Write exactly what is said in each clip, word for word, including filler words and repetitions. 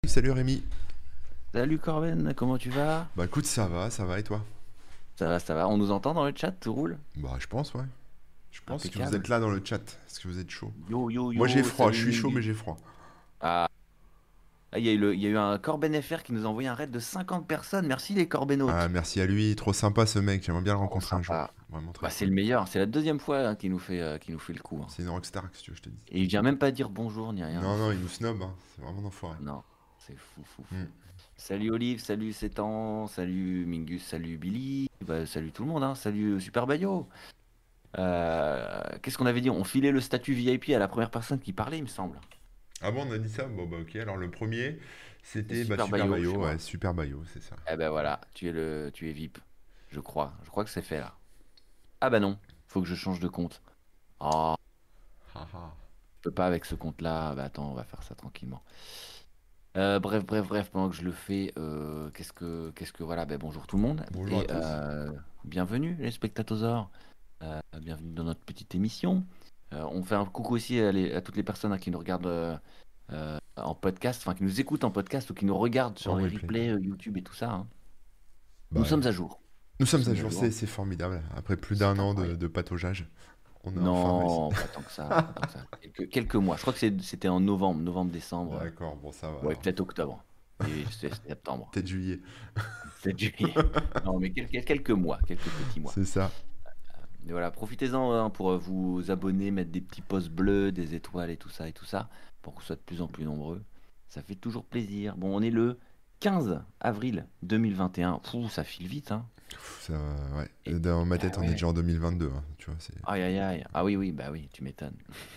Salut Rémi. Salut Corben, comment tu vas? Bah écoute, ça va, ça va et toi? Ça va, ça va. On nous entend dans le chat, tout roule? Bah je pense, ouais. Je pense que vous Impeccable. êtes là dans le chat. Est-ce que vous êtes chaud? Yo yo Moi j'ai yo, froid, je salut suis chaud mais Mingus. j'ai froid. Ah, ah, il y a eu le- il y a eu un Corben F R qui nous a envoyé un raid de cinquante personnes. Merci les Ah Corbenautes. merci à lui, trop sympa ce mec, j'aimerais bien le Trop rencontrer un jour. sympa. Vraiment très Bah, c'est cool. le meilleur. C'est la deuxième fois hein, qu'il nous fait, euh, qu'il nous fait le coup, hein. C'est une rockstar, si tu veux, je te dis. Et il vient même pas dire bonjour ni rien. Non, non, il nous snob, hein. C'est vraiment un enfoiré. Non, c'est fou, fou, Hmm. fou. Salut Olive, salut Sétan, salut Mingus, salut Billy, bah, salut tout le monde, hein. Salut Super Bayo. Euh, Qu'est-ce qu'on avait dit? On filait le statut V I P à la première personne qui parlait, il me semble. Ah bon, on a dit ça? Bon bah ok, alors le premier, C'est c'était bah, Super Super Bayo chez Bayo, ouais, moi. Super Bayo, c'est ça. Eh ben voilà, tu es le, tu es V I P, je crois. Je crois que c'est fait là. Ah bah non, faut que je change de compte. Oh, Haha. je peux pas avec ce compte-là. Bah attends, on va faire ça tranquillement. Euh, bref, bref, bref, pendant que je le fais, euh, qu'est-ce que, qu'est-ce que voilà, ben bonjour tout le monde Bonjour à et tous. euh, bienvenue les spectatosaures. Euh, bienvenue dans notre petite émission. Euh, on fait un coucou aussi à, les- à toutes les personnes hein, qui nous regardent euh, euh, en podcast, enfin qui nous écoutent en podcast ou qui nous regardent sur En les replay. replays euh, YouTube et tout ça, hein. Bah Nous ouais. sommes à jour. Nous Nous sommes à sommes à jour, jour. c'est c'est formidable. Après plus d'un C'est an de, incroyable. de pataugeage, on a enfin réussi. Non, pas tant que ça, pas tant que ça. Quelques, quelques mois. Je crois que c'est- c'était en novembre, novembre-décembre. euh, D'accord, bon ça va Ouais, alors. peut-être octobre. Et c'est septembre. Peut-être juillet. sept juillet. Non, mais quelques, quelques mois, quelques petits mois. C'est ça. Et voilà, profitez-en hein, pour euh, vous abonner, mettre des petits pouces bleus, des étoiles et tout ça et tout ça, pour qu'on soit de plus en plus nombreux. Ça fait toujours plaisir. Bon, on est le quinze avril deux mille vingt et un. Pouh, ça file vite, hein. Pff, ça, ouais. Et, Dans ma ah tête, on est ouais. déjà en deux mille vingt-deux, hein, tu vois, c'est... Aïe, aïe, aïe. Ah oui, oui, bah oui, tu m'étonnes.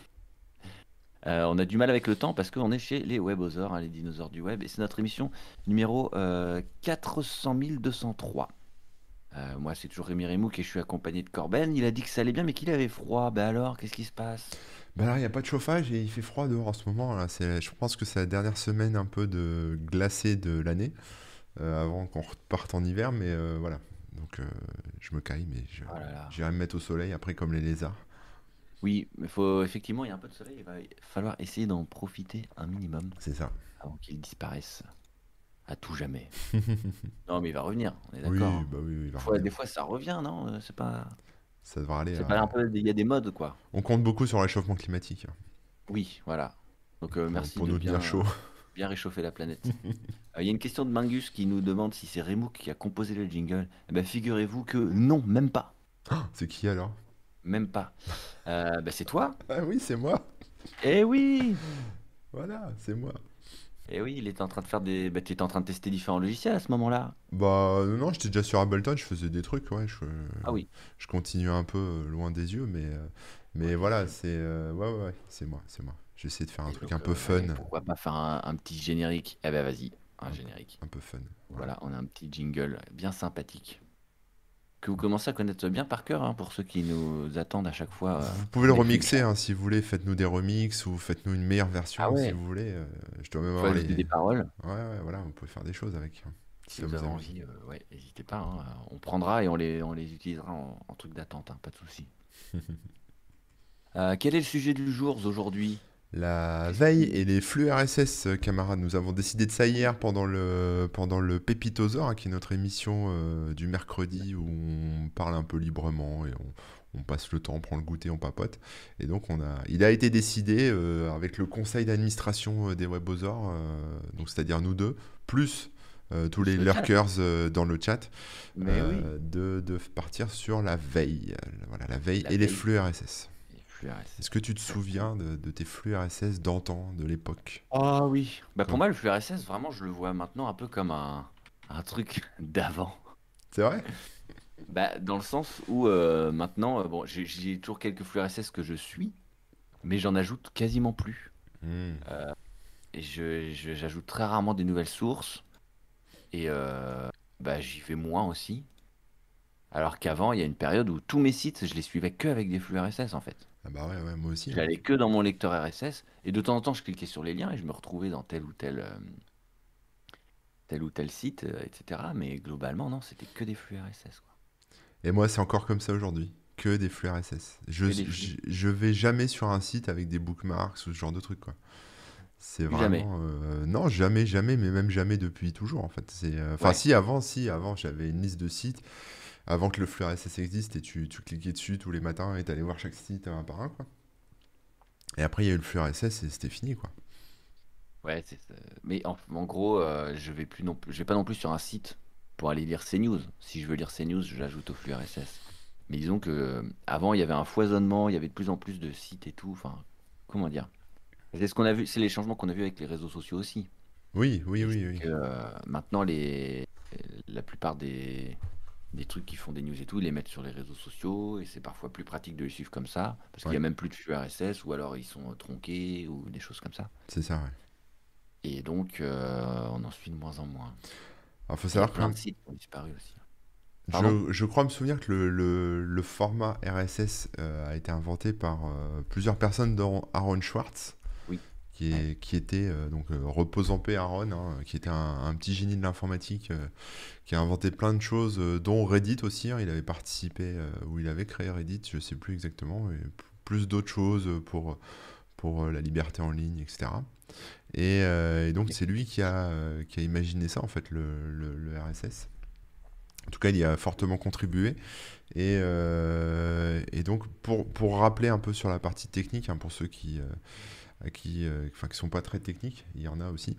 Euh, on a du mal avec le temps parce qu'on est chez les webosaures, hein, les dinosaures du web, et c'est notre émission numéro euh, quatre cent mille deux cent trois. Euh, moi, c'est toujours Rémi Remouk et je suis accompagné de Corben. Il a dit que ça allait bien, mais qu'il avait froid. Ben alors, qu'est-ce qui se passe? Bah là, il n'y a pas de chauffage et il fait froid dehors en ce moment, là. C'est, je pense que c'est la dernière semaine un peu de glacée de l'année, euh, avant qu'on reparte en hiver, mais euh, voilà. Donc euh, je me caille, mais je, Oh là là. j'irai me mettre au soleil après comme les lézards. Oui, mais faut effectivement, il y a un peu de soleil. Il va falloir essayer d'en profiter un minimum C'est ça. avant qu'il disparaisse à tout jamais. Non, mais il va revenir. On est d'accord, Oui, hein. bah oui, oui, il Des va fois, revenir. des fois, ça revient, non? Euh, C'est pas, Ça devrait aller. c'est euh, pas un peu. Il y a des modes, quoi. On compte beaucoup sur le réchauffement climatique, hein, Oui, voilà. Donc euh, pour, merci pour de nous tenir bien, chaud. bien réchauffer la planète. Euh, Il y a une question de Mangus qui nous demande si c'est Remouk qui a composé le jingle. Eh ben, figurez-vous que non, même pas. C'est qui alors? Même pas. Euh, bah, c'est toi? Ah oui, c'est moi. Eh oui! Voilà, c'est moi. Eh oui, il était en train de faire des. Bah, tu étais en train de tester différents logiciels à ce moment-là. Bah non, non, j'étais déjà sur Ableton, je faisais des trucs, ouais, je, Ah oui. je continuais un peu euh, loin des yeux, mais, euh, mais Ouais, bien voilà, sûr. c'est euh, ouais, ouais, ouais, c'est moi, c'est moi. J'essaie de faire un Et truc un donc, peu euh, fun, allez, pourquoi pas faire un, un petit générique? Eh ben, vas-y, un un, générique. un peu fun, voilà. Voilà, on a un petit jingle bien sympathique. Que vous commencez à connaître bien par cœur, hein, pour ceux qui nous attendent à chaque fois euh, Vous pouvez pour le des clips. remixer hein, si vous voulez, faites-nous des remixes ou faites-nous une meilleure Ah version si ouais, vous voulez. euh, je dois même faut avoir les. ajouter des paroles. Ouais, ouais, voilà, vous pouvez faire des choses avec, hein, si Si ça vous vous avez amuse. envie, euh, ouais, n'hésitez pas, hein. On prendra et on les, on les utilisera en, en truc d'attente, hein, pas de souci. Euh, quel est le sujet du jour aujourd'hui? La Qu'est-ce veille qui... et les flux R S S, euh, camarades, nous avons décidé de ça hier pendant le, pendant le Pépitosaure, hein, qui est notre émission euh, du mercredi où on parle un peu librement et on, on passe le temps, on prend le goûter, on papote. Et donc on a, il a été décidé euh, avec le conseil d'administration euh, des Webosaures, euh, donc c'est-à-dire nous deux, plus euh, tous les Plus le chat. lurkers euh, dans le chat, Mais oui, euh, de, de partir sur la veille. Voilà, la veille la et les veille flux R S S. et flux R S S. Est-ce que tu te Exactement. souviens de, de tes flux R S S d'antan, de l'époque? Ah oui. Bah pour Quand- moi, le flux R S S, vraiment, je le vois maintenant un peu comme un, un truc d'avant. C'est vrai? Bah, dans le sens où euh, maintenant, euh, bon, j'ai j'ai toujours quelques flux R S S que je suis, mais j'en ajoute quasiment plus. Hmm. Euh, et je, je- j'ajoute très rarement des nouvelles sources. Et euh, bah, j'y vais moins aussi. Alors qu'avant, il y a une période où tous mes sites, je les suivais que avec des flux R S S en fait. Ah bah ouais, ouais, moi aussi, hein. J'allais que dans mon lecteur R S S et de temps en temps, je cliquais sur les liens et je me retrouvais dans tel ou tel, euh, tel ou tel site, euh, et cetera. Mais globalement, non, c'était que des flux R S S, quoi. Et moi, c'est encore comme ça aujourd'hui. Que des flux R S S. Je, Que des flux. je, je vais jamais sur un site avec des bookmarks ou ce genre de trucs, quoi. C'est Plus jamais. vraiment... euh, non, jamais, jamais, mais même jamais depuis toujours, en fait. C'est, euh, Enfin, Ouais. si, avant, si, avant, j'avais une liste de sites, avant que le flux R S S existe, et tu, tu cliquais dessus tous les matins, et t'allais voir chaque site un par un, quoi. Et après, il y a eu le flux R S S, et c'était fini, quoi. Ouais, c'est ça. Mais en, en gros, euh, je vais plus non plus, je vais pas non plus sur un site pour aller lire CNews. Si je veux lire CNews, je l'ajoute au flux R S S. Mais disons que euh, avant, il y avait un foisonnement, il y avait de plus en plus de sites et tout. Enfin, comment dire? C'est ce qu'on a vu, c'est les changements qu'on a vu avec les réseaux sociaux aussi. Oui, oui, Et oui, c'est oui. que euh, maintenant, les, la plupart des, des trucs qui font des news et tout, ils les mettent sur les réseaux sociaux et c'est parfois plus pratique de les suivre comme ça parce qu'il y Ouais, a même plus de flux R S S ou alors ils sont euh, tronqués ou des choses comme ça. c'est ça, ouais. Et donc, euh, on en suit de moins en moins. Alors, faut Et il y a savoir quand plein de même, sites qui ont disparu aussi. Pardon? je, je crois me souvenir que le, le- le format R S S euh, a été inventé par euh, plusieurs personnes, dont Aaron Schwartz, Oui. qui, Ouais. est, qui était, euh, donc euh, repose en paix Aaron, hein, qui était un, un petit génie de l'informatique, euh, qui a inventé plein de choses, euh, dont Reddit aussi, hein. Il avait participé, euh, ou il avait créé Reddit, je sais plus exactement, et p- plus d'autres choses pour, pour euh, la liberté en ligne, et cetera. Et, euh, et donc Ok. c'est lui qui a, euh, qui a imaginé ça, en fait, le, le- le R S S. En tout cas, il y a fortement contribué. Et, euh, et donc, pour, pour rappeler un peu sur la partie technique, hein, pour ceux qui, euh, à qui, euh, enfin, qui sont pas très techniques, il y en a aussi.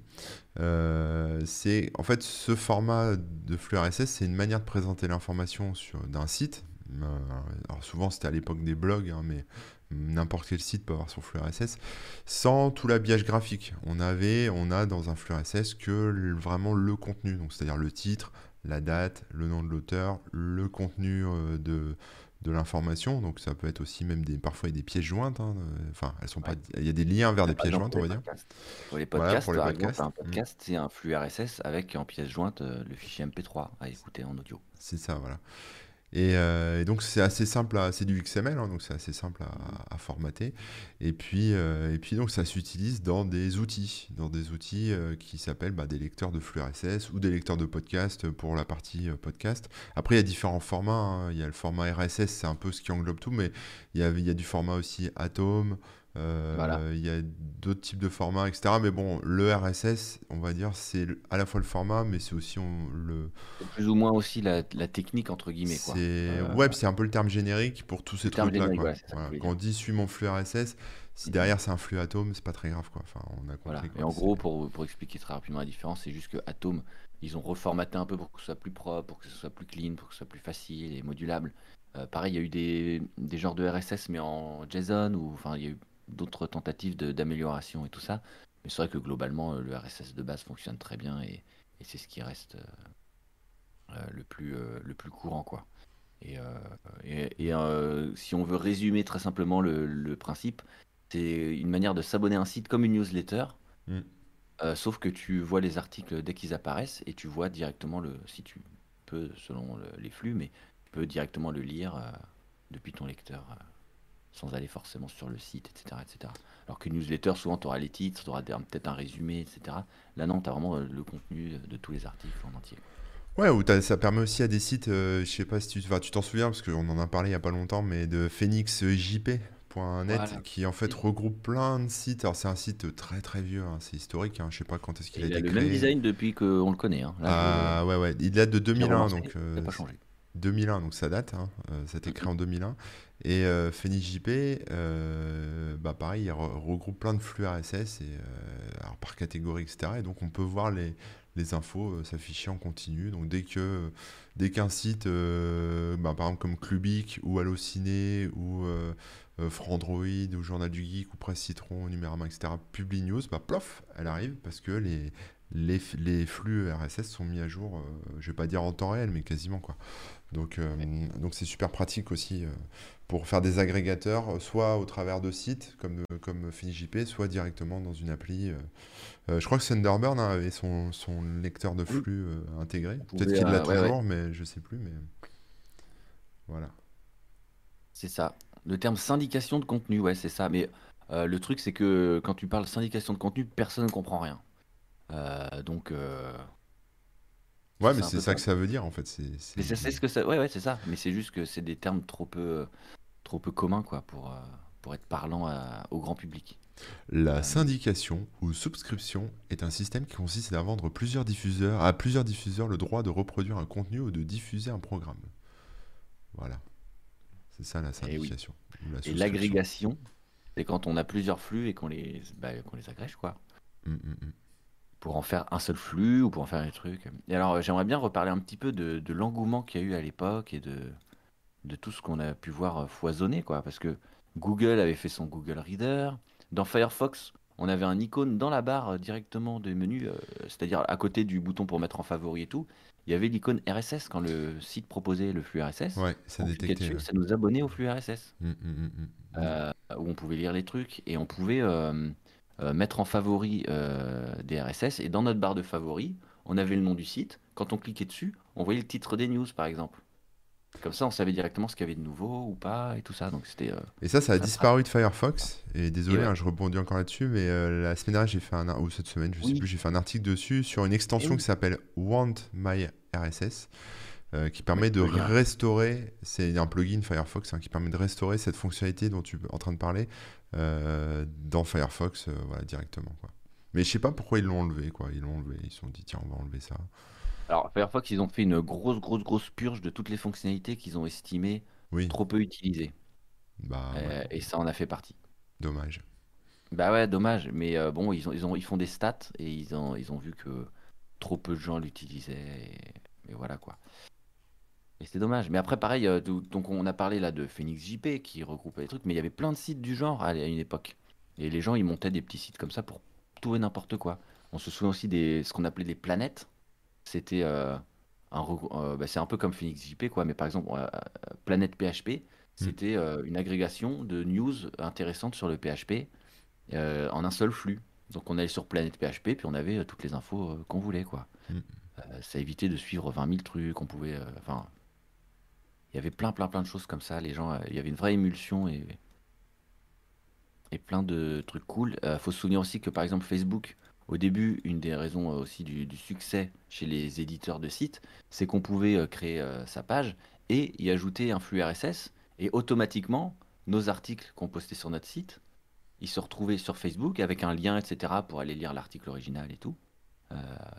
Euh, c'est en fait ce format de flux R S S, c'est une manière de présenter l'information sur d'un site. Euh, alors souvent c'était à l'époque des blogs, hein, mais n'importe quel site peut avoir son flux R S S sans tout l'habillage graphique. On avait, on a dans un flux R S S que le- vraiment le contenu, donc c'est-à-dire le titre, la date, le nom de l'auteur, le contenu euh, de de l'information, donc ça peut être aussi même des, parfois des pièces jointes, hein, euh, enfin elles sont pas, Ouais. il y a des liens vers Bah, des par pièces exemple, jointes, pour on les va dire. podcasts. Pour les Voilà, pour podcasts, les par exemple, un podcasts. Mm. podcast, c'est un flux R S S avec en pièce jointe euh, le fichier M P trois à écouter en audio. C'est ça, voilà. Et, euh, et donc c'est assez simple, à- c'est du X M L, hein, donc c'est assez simple Mhm. à, à formater. Et puis, euh, et puis donc ça s'utilise dans des outils, dans des outils euh, qui s'appellent bah, des lecteurs de flux R S S ou des lecteurs de podcast pour la partie euh, podcast. Après il y a différents formats, hein. Il y a le format R S S, c'est un peu ce qui englobe tout, mais il y a, il y a du format aussi Atom. Voilà. Euh, il y a d'autres types de formats, et cetera. Mais bon, le R S S, on va dire, c'est le- à la fois le format, mais c'est aussi on- le, C'est plus ou moins aussi la, la technique, entre guillemets, quoi. c'est Euh, ouais, puis c'est un peu le terme générique pour tous ces le terme trucs-là, générique, quoi. voilà, c'est ça que je Voilà. voulais Quand on dire. dit suis mon flux R S S, si Mhm. derrière c'est un flux Atom, c'est pas très grave, quoi. Enfin, on a Voilà. compris, Et quoi. en C'est gros, pour, pour expliquer très rapidement la différence, c'est juste que Atom, ils ont reformaté un peu pour que ce soit plus propre, pour que ce soit plus clean, pour que ce soit plus facile et modulable. Euh, pareil, il y a eu des, des genres de R S S, mais en JSON, ou enfin, il y a eu d'autres tentatives de- d'amélioration et tout ça. Mais c'est vrai que globalement, euh, le R S S de base fonctionne très bien et, et c'est ce qui reste euh, le plus, euh, le plus courant, quoi. Et, euh, et- et, euh, si on veut résumer très simplement le, le principe, c'est une manière de s'abonner à un site comme une newsletter, Mm. euh, sauf que tu vois les articles dès qu'ils apparaissent et tu vois directement le, si tu peux, selon le- les flux, mais tu peux directement le lire euh, depuis ton lecteur euh, sans aller forcément sur le site, et cetera, et cetera. Alors qu'une newsletter, souvent, tu auras les titres, tu auras peut-être un résumé, et cetera. Là, non, tu as vraiment euh, le contenu de tous les articles en entier. Ouais, ou t'as- ça permet aussi à des sites, euh, je sais pas si tu enfin, tu t'en souviens, parce qu'on en a parlé il y a pas longtemps, mais de phoenix j p point net Voilà. qui en fait Et, regroupe plein de sites. Alors c'est un site très très vieux, hein, c'est historique, hein, je sais pas quand est-ce et qu'il a il a été le même créé. design depuis qu'on le connaît, hein. Là, je, Ah ouais, ouais, il date de j'ai deux mille un, relancé, donc ça n'a euh, pas changé. deux mille un, donc ça date, hein, euh, ça a été créé Mhm. en deux mille un. Et euh, PhoenixJP, euh, bah pareil, il re- regroupe plein de flux R S S, et, euh, alors par catégorie, et cetera. Et donc on peut voir les, les infos euh, s'afficher en continu. Donc dès que dès qu'un site, euh, bah, par exemple comme Clubic ou Allociné ou euh, euh, Frandroid ou Journal du Geek ou Presse Citron, Numérama, et cetera publie une news, bah plof, elle arrive parce que les, les, f- les flux R S S sont mis à jour, euh, je vais pas dire en temps réel, mais quasiment, quoi. Donc, euh, Ouais. donc c'est super pratique aussi euh, pour faire des agrégateurs, euh, soit au travers de sites comme, euh, comme PhoenixJP, soit directement dans une appli. euh. Euh, je crois que Thunderbird, hein, avait son, son lecteur de Oui, flux euh, intégré. on Peut-être pouvait, qu'il l'a euh, ouais, ouais, toujours, mais je sais plus. Mais voilà. c'est ça. Le terme syndication de contenu, ouais, c'est ça. Mais euh, le truc, c'est que quand tu parles syndication de contenu, personne ne comprend rien. Euh, donc, euh, Ouais, c'est mais c'est un c'est peu ça ça. que ça veut dire en fait. C'est, Mais c'est c'est c'est du... ce que ça. Ouais, ouais, c'est ça. Mais c'est juste que c'est des termes trop peu, trop peu communs, quoi, pour, euh, pour être parlant à- au grand public. La Euh, syndication ou souscription est un système qui consiste à vendre plusieurs diffuseurs, à plusieurs diffuseurs le droit de reproduire un contenu ou de diffuser un programme. Voilà, c'est ça la et oui. syndication ou la Et souscription. l'agrégation, c'est quand on a plusieurs flux et qu'on les, bah, qu'on les agrège, quoi. Hum, hum, hum. Pour en faire un seul flux ou pour en faire des trucs. Et alors, euh, j'aimerais bien reparler un petit peu de, de l'engouement qu'il y a eu à l'époque et de, de tout ce qu'on a pu voir euh, foisonner, quoi. Parce que Google avait fait son Google Reader. Dans Firefox, on avait un icône dans la barre euh, directement des menus, euh, c'est-à-dire à côté du bouton pour mettre en favori et tout. Il y avait l'icône R S S quand le site proposait le flux R S S. Ouais, ça On cliquait détectait. dessus, Ouais. ça nous abonnait au flux R S S, Hum, hum, hum, hum. Hum. euh, où on pouvait lire les trucs et on pouvait euh, euh, mettre en favori euh, des R S S. Et dans notre barre de favoris, on avait le nom du site. Quand on cliquait dessus, on voyait le titre des news, par exemple. Comme ça, on savait directement ce qu'il y avait de nouveau ou pas et tout ça. Donc c'était euh, Et ça, ça a ça. pra- disparu de Firefox. Et Et désolé, ouais. hein, je rebondis encore là-dessus, mais euh, la semaine dernière, j'ai fait un, ar- ou cette semaine, je sais Oui. plus, j'ai fait un article dessus sur une Et extension oui. qui s'appelle Want My R S S, euh, qui Bah, permet tu de peux le lire. restaurer, c'est un plugin Firefox hein, qui permet de restaurer cette fonctionnalité dont tu es en train de parler euh, dans Firefox euh, voilà, directement. Quoi. Mais je sais pas pourquoi ils l'ont enlevé, quoi. Ils l'ont enlevé, ils se sont dit, tiens, on va enlever ça. Alors, Firefox, ils ont fait une grosse, grosse, grosse purge de toutes les fonctionnalités qu'ils ont estimées Oui, trop peu utilisées. bah ouais, Euh, et ça en a fait partie. dommage. Bah ouais, dommage. Mais euh, bon, ils ont, ils ont, ils font des stats et ils ont, ils ont vu que trop peu de gens l'utilisaient. Et, et voilà quoi. Et c'est dommage. Mais après, pareil, euh, do- donc on a parlé là de Phoenix J P qui regroupait les trucs, mais il y avait plein de sites du genre à, à une époque. Et les gens, ils montaient des petits sites comme ça pour tout et n'importe quoi. On se souvient aussi des ce qu'on appelait des planètes. C'était euh, un, regrou- euh, bah, c'est un peu comme Phoenix J P, quoi. Mais par exemple, euh, euh, Planète P H P, Hmm. c'était euh, une agrégation de news intéressantes sur le P H P euh, en un seul flux. Donc on allait sur Planète P H P, puis on avait euh, toutes les infos euh, qu'on voulait, quoi. Hmm. Euh, ça évitait de suivre vingt mille trucs. On pouvait, euh, enfin, il y avait plein, plein, plein de choses comme ça. Les gens, euh, il y avait une vraie émulsion et, et plein de trucs cool. Euh, faut se souvenir aussi que par exemple Facebook, au début, une des raisons euh, aussi du, du succès chez les éditeurs de sites, c'est qu'on pouvait euh, créer euh, sa page et y ajouter un flux R S S et automatiquement nos articles qu'on postait sur notre site, ils se retrouvaient sur Facebook avec un lien, et cetera pour aller lire l'article original et tout. Euh,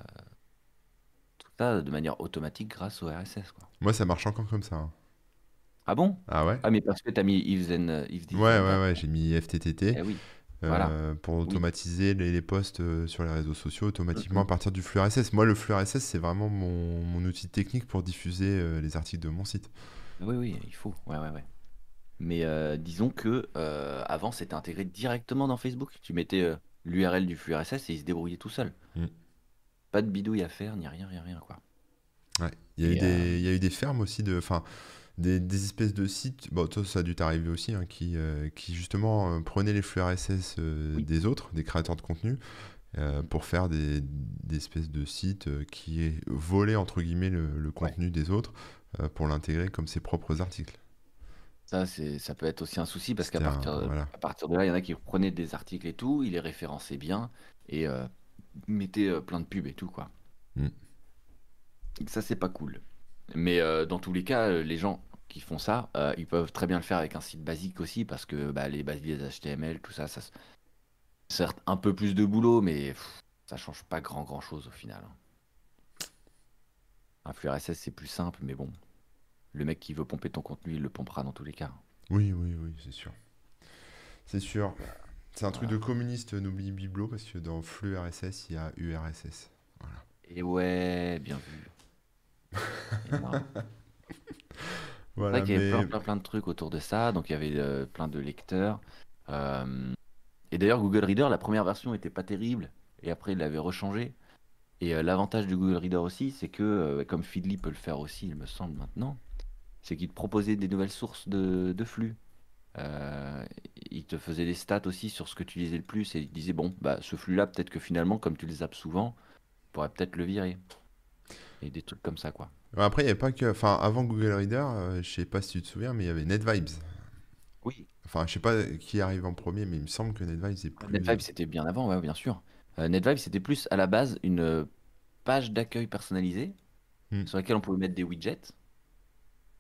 tout ça de manière automatique grâce au R S S, quoi. Moi, ça marche encore comme ça. Hein. Ah bon? Ah ouais? Ah mais parce que t'as mis if then, euh, if this Ouais, then ouais, that. ouais, j'ai mis F T T T Eh oui, voilà. euh, pour Oui. automatiser les, les posts euh, sur les réseaux sociaux automatiquement à Mhm. partir du flux R S S. Moi, le flux R S S, c'est vraiment mon, mon outil technique pour diffuser euh, les articles de mon site. Oui, oui, il faut. Ouais, ouais, ouais. Mais euh, disons que euh, avant c'était intégré directement dans Facebook. Tu mettais euh, l'U R L du flux R S S et il se débrouillait tout seul. Mm. Pas de bidouille à faire, ni rien, rien, rien, quoi. Ouais. Il y a eu Et euh, des, il y a eu des fermes aussi, de, enfin, des, des espèces de sites, bon, toi, ça a dû t'arriver aussi, hein, qui, euh, qui justement euh, prenaient les flux R S S euh, oui, des autres, des créateurs de contenu, euh, pour faire des, des espèces de sites euh, qui volaient, entre guillemets, le, le ouais. contenu des autres euh, pour l'intégrer comme ses propres articles. Ça, c'est, ça peut être aussi un souci parce qu'à C'était un, partir, voilà. à partir de là, il y en a qui prenaient des articles et tout, ils les référençaient bien et euh, mettaient euh, plein de pubs et tout, quoi. Mm. Ça, c'est pas cool. Mais euh, dans tous les cas, euh, les gens qui font ça, euh, ils peuvent très bien le faire avec un site basique aussi, parce que bah, les basiques H T M L, tout ça, ça, s- certes un peu plus de boulot, mais pff, ça change pas grand grand chose au final. Un flux R S S, c'est plus simple, mais bon, le mec qui veut pomper ton contenu, il le pompera dans tous les cas. Oui, oui, oui, c'est sûr. C'est sûr. C'est un truc de Voilà. communiste, n'oublie Biblo, parce que dans flux R S S, il y a U R S S. Voilà. Et ouais, bien vu. Énorme. C'est vrai Voilà, qu'il y avait plein mais plein plein de trucs autour de ça, donc il y avait euh, plein de lecteurs. Euh, et d'ailleurs, Google Reader, la première version était pas terrible, et après il l'avait rechangé. Et euh, l'avantage du Google Reader aussi, c'est que, euh, comme Feedly peut le faire aussi, il me semble maintenant, c'est qu'il te proposait des nouvelles sources de, de flux. Euh, il te faisait des stats aussi sur ce que tu lisais le plus et il te disait, bon, bah, ce flux-là, peut-être que finalement, comme tu le zappes souvent, tu pourrais peut-être le virer. Et des trucs comme ça, quoi. après, il n'y avait pas que. Enfin, avant Google Reader, euh, je sais pas si tu te souviens, mais il y avait NetVibes. Oui. Enfin, je sais pas qui arrive en premier, mais il me semble que NetVibes est plus. NetVibes, c'était bien avant, ouais, bien sûr. Euh, NetVibes, c'était plus à la base une euh, page d'accueil personnalisée Hmm. sur laquelle on pouvait mettre des widgets.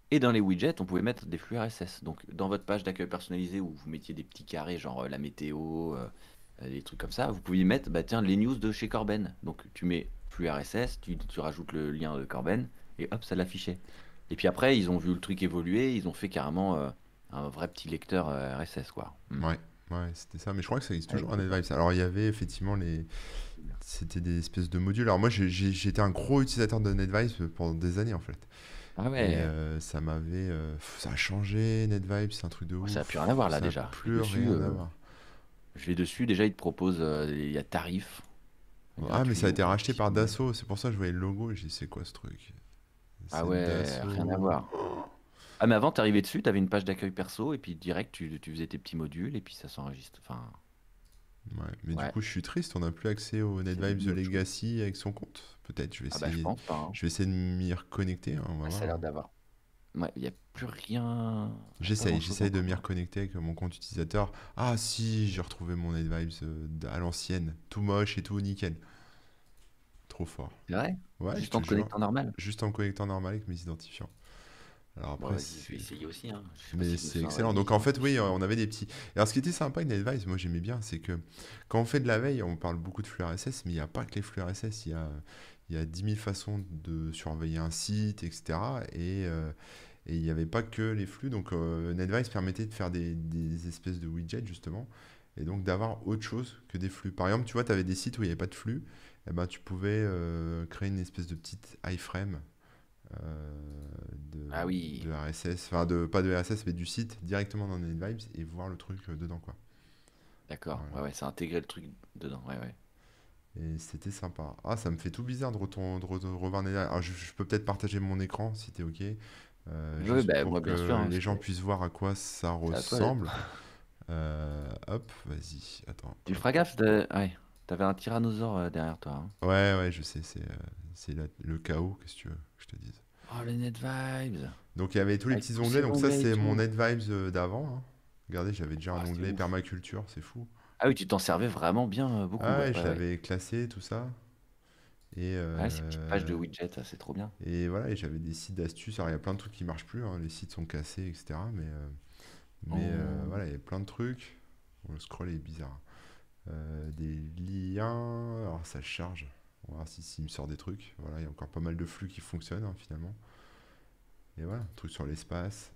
Et dans les widgets, on pouvait mettre des flux R S S. Donc, dans votre page d'accueil personnalisé où vous mettiez des petits carrés, genre euh, la météo, euh, euh, des trucs comme ça, vous pouviez mettre, bah tiens, les news de chez Corben. Donc, tu mets flux R S S, tu, tu rajoutes le lien de Corben, et hop, ça l'affichait. Et puis après, ils ont vu le truc évoluer, ils ont fait carrément euh, un vrai petit lecteur euh, R S S, quoi. Hmm. Ouais, ouais, c'était ça. Mais je crois que ça existe Ouais, toujours, un c'est ça. NetVibes. Alors, il y avait effectivement les. C'était des espèces de modules. Alors, moi, j'ai j'ai- j'ai été un gros utilisateur de NetVibes pendant des années, en fait. Ah Et ouais, euh, ça m'avait. euh, pff, ça a changé, NetVibes, c'est un truc de oh, ça a plus ouf. rien à voir là Ça a déjà. Je vais plus dessus, rien à euh, voir. je vais dessus, déjà, ils te proposent, euh, il y a tarif Ah, mais ça a gratuit ou été racheté par additionnel. Dassault. C'est pour ça que je voyais le logo et j'ai dit, c'est quoi ce truc? Ah C'est ouais, rien à Dassault. voir. Ah, mais avant, t'arrivais dessus, t'avais une page d'accueil perso, et puis direct, tu, tu faisais tes petits modules, et puis ça s'enregistre. Enfin, Ouais, mais du ouais, coup, je suis triste, on n'a plus accès au c'est NetVibes The devenu autre chose. Legacy avec son compte. Peut-être, je vais Ah bah, je essayer, pense pas, hein. je vais essayer de m'y reconnecter, hein, on va Ouais, voir, ça a l'air hein. d'avoir. Ouais, il n'y a plus rien. Il n'y a pas J'essaye, grand-chose j'essaye de encore, m'y quoi. reconnecter avec mon compte utilisateur. Ah si, j'ai retrouvé mon NetVibes euh, d- à l'ancienne, tout moche et tout nickel. Trop fort. C'est vrai? Ouais, je Juste te en te jure, connectant normal? juste en me connectant normal avec mes identifiants. Alors Bon, après, vas-y, je vais c'est... essayer aussi, hein. Je sais pas Mais si je me c'est fais un excellent. vrai Donc en fait, oui, euh, identifiant. on avait des petits. Alors ce qui était sympa avec NetVibes, moi j'aimais bien, c'est que quand on fait de la veille, on parle beaucoup de flux R S S, mais il n'y a pas que les flux R S S, il y a, il y a dix mille façons de surveiller un site, et cetera. Et euh, et il n'y avait pas que les flux. Donc euh, NetVibes permettait de faire des, des espèces de widgets justement, et donc d'avoir autre chose que des flux. Par exemple, tu vois, tu avais des sites où il n'y avait pas de flux, et ben tu pouvais euh, créer une espèce de petite iframe euh, de, Ah oui, de R S S, enfin de, pas de R S S mais du site directement dans NetVibes et voir le truc euh, dedans quoi. d'accord. Voilà. Ouais, ouais, ça a intégré le truc dedans. Ouais, ouais. Et c'était sympa. Ah, ça me fait tout bizarre de, retourner, de, re- de revoir NetVibes. Alors, je, je peux peut-être partager mon écran si t'es ok, euh, Oui, juste bah, pour moi, bien sûr, que hein, les gens c'est puissent voir à quoi ça c'est à toi. ressemble. Euh, hop, vas-y, attends, Tu hop. feras gaffe, de... ouais. T'avais un tyrannosaure euh, derrière toi, hein. Ouais, ouais, je sais, c'est euh, c'est la- le chaos, qu'est-ce que tu veux que je te dise. Oh, les Net Vibes. Donc il y avait tous les Avec petits tous onglets, ces donc ça onglets et c'est mon tout. NetVibes euh, d'avant, hein. Regardez, j'avais déjà Oh, un c'est onglet ouf. permaculture, c'est fou. Ah oui, tu t'en servais vraiment bien euh, beaucoup, Ah ouais, ouais, je ouais, ouais. l'avais classé, tout ça. Et, Ouais, ces petites pages de euh, widgets, ça, c'est trop bien. et voilà, et j'avais des sites d'astuces. Alors il y a plein de trucs qui marchent plus, hein, les sites sont cassés, et cetera. Mais, euh, mais euh, Oh. voilà, il y a plein de trucs. Bon, le scroll est bizarre. Euh, des liens, alors ça charge. On va voir si, s'il me sort des trucs. Voilà, il y a encore pas mal de flux qui fonctionnent hein, finalement. Et voilà, truc sur l'espace.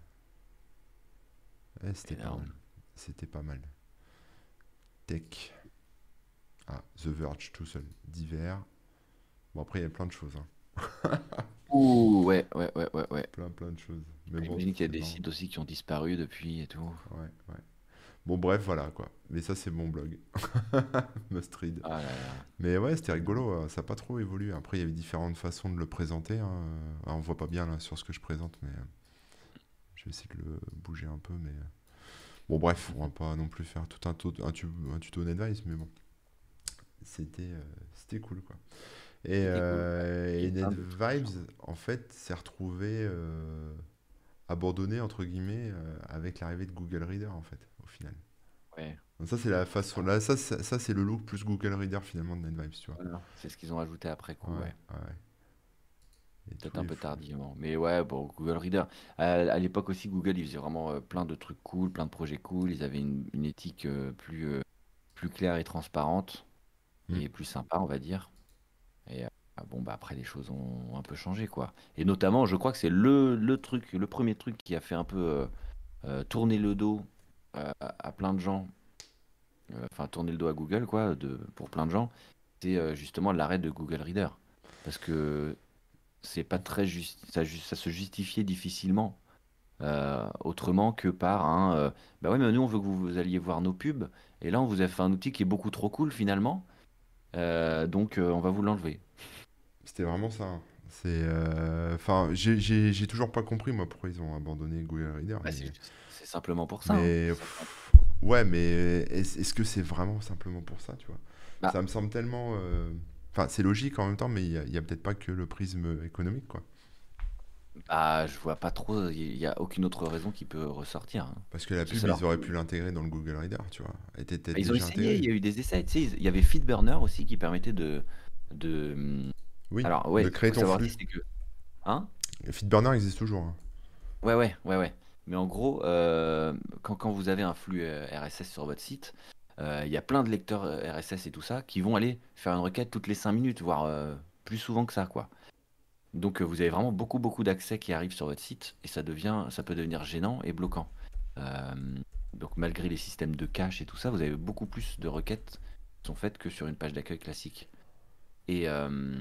Ouais, c'était pas mal. Énorme. C'était pas mal. Tech. Ah, The Verge tout seul. Divers. Bon, après, il y a plein de choses, hein. Ouh, ouais, ouais, ouais, ouais, ouais. Plein, plein de choses. Mais bon, J'imagine qu'il y a c'est des marrant. sites aussi qui ont disparu depuis et tout. Ouais, ouais. Bon, bref, voilà, quoi. Mais ça, c'est mon blog. Must read. Ah là là. Mais ouais, c'était Énorme. rigolo. euh, Ça n'a pas trop évolué. Après, il y avait différentes façons de le présenter, hein. Ah, on voit pas bien, là, sur ce que je présente, mais euh, je vais essayer de le bouger un peu. Mais euh, bon, bref, on va pas non plus faire tout un, tau- un, tu- un tuto NetVibes, mais bon, c'était euh, c'était cool, quoi. Et, C'était cool. Ouais. euh, Il y et a plein d'autres NetVibes, choses. en fait, s'est retrouvé euh, abandonné, entre guillemets, euh, avec l'arrivée de Google Reader, en fait, au final. Ouais, Donc ça, c'est la façon. Là, ça, ça, ça, c'est le look plus Google Reader, finalement, de NetVibes, tu vois. voilà. C'est ce qu'ils ont ajouté après Ouais, coup, ouais. ouais. Et Peut-être tous un les peu flux. tardivement. Mais ouais, bon, Google Reader. Euh, à l'époque aussi, Google, ils faisaient vraiment euh, plein de trucs cool, plein de projets cool. Ils avaient une, une éthique euh, plus, euh, plus claire et transparente Hmm. et plus sympa, on va dire. Et euh, bon, bah après, les choses ont un peu changé, quoi. Et notamment, je crois que c'est le, le truc, le premier truc qui a fait un peu euh, euh, tourner le dos euh, à, à plein de gens, euh, enfin, tourner le dos à Google, quoi, de, pour plein de gens, c'est euh, justement l'arrêt de Google Reader. Parce que c'est pas très juste, ça, ju- ça se justifiait difficilement euh, autrement que par un euh, bah ouais, mais nous on veut que vous, vous alliez voir nos pubs et là on vous a fait un outil qui est beaucoup trop cool finalement. Euh, donc euh, on va vous l'enlever. C'était vraiment ça, hein. C'est, euh, enfin, j'ai j'ai- j'ai toujours pas compris moi pourquoi ils ont abandonné Google Reader, Bah, c'est mais, c'est simplement pour ça, hein. mais C'est simplement- pff, ouais, mais est-ce est-ce que c'est vraiment simplement pour ça, tu vois? Bah, Ça me semble tellement, euh, enfin, c'est logique en même temps, mais il y a, il y a peut-être pas que le prisme économique, quoi. bah, je vois pas trop, il y a aucune autre raison qui peut ressortir, hein. Parce que la Parce que pub, ça ils leur auraient coûte- pu l'intégrer dans le Google Reader, tu vois. Elle était peut-être bah, ils ont déjà essayé, il intégrée. y a eu des essais, tu sais, ils- il y avait Feedburner aussi qui permettait de, de... hum, Oui, Alors de ouais, ce qu'il créer faut ton savoir flux. aussi, c'est que... Hein? Feedburner existe toujours, hein. Ouais, ouais, ouais, ouais. Mais en gros, euh, quand, quand vous avez un flux euh, R S S sur votre site, euh, il y a plein de lecteurs euh, R S S et tout ça qui vont aller faire une requête toutes les cinq minutes, voire euh, plus souvent que ça, quoi. Donc euh, vous avez vraiment beaucoup, beaucoup d'accès qui arrivent sur votre site et ça devient, ça peut devenir gênant et bloquant. Euh, donc malgré les systèmes de cache et tout ça, vous avez beaucoup plus de requêtes qui sont faites que sur une page d'accueil classique. Et euh,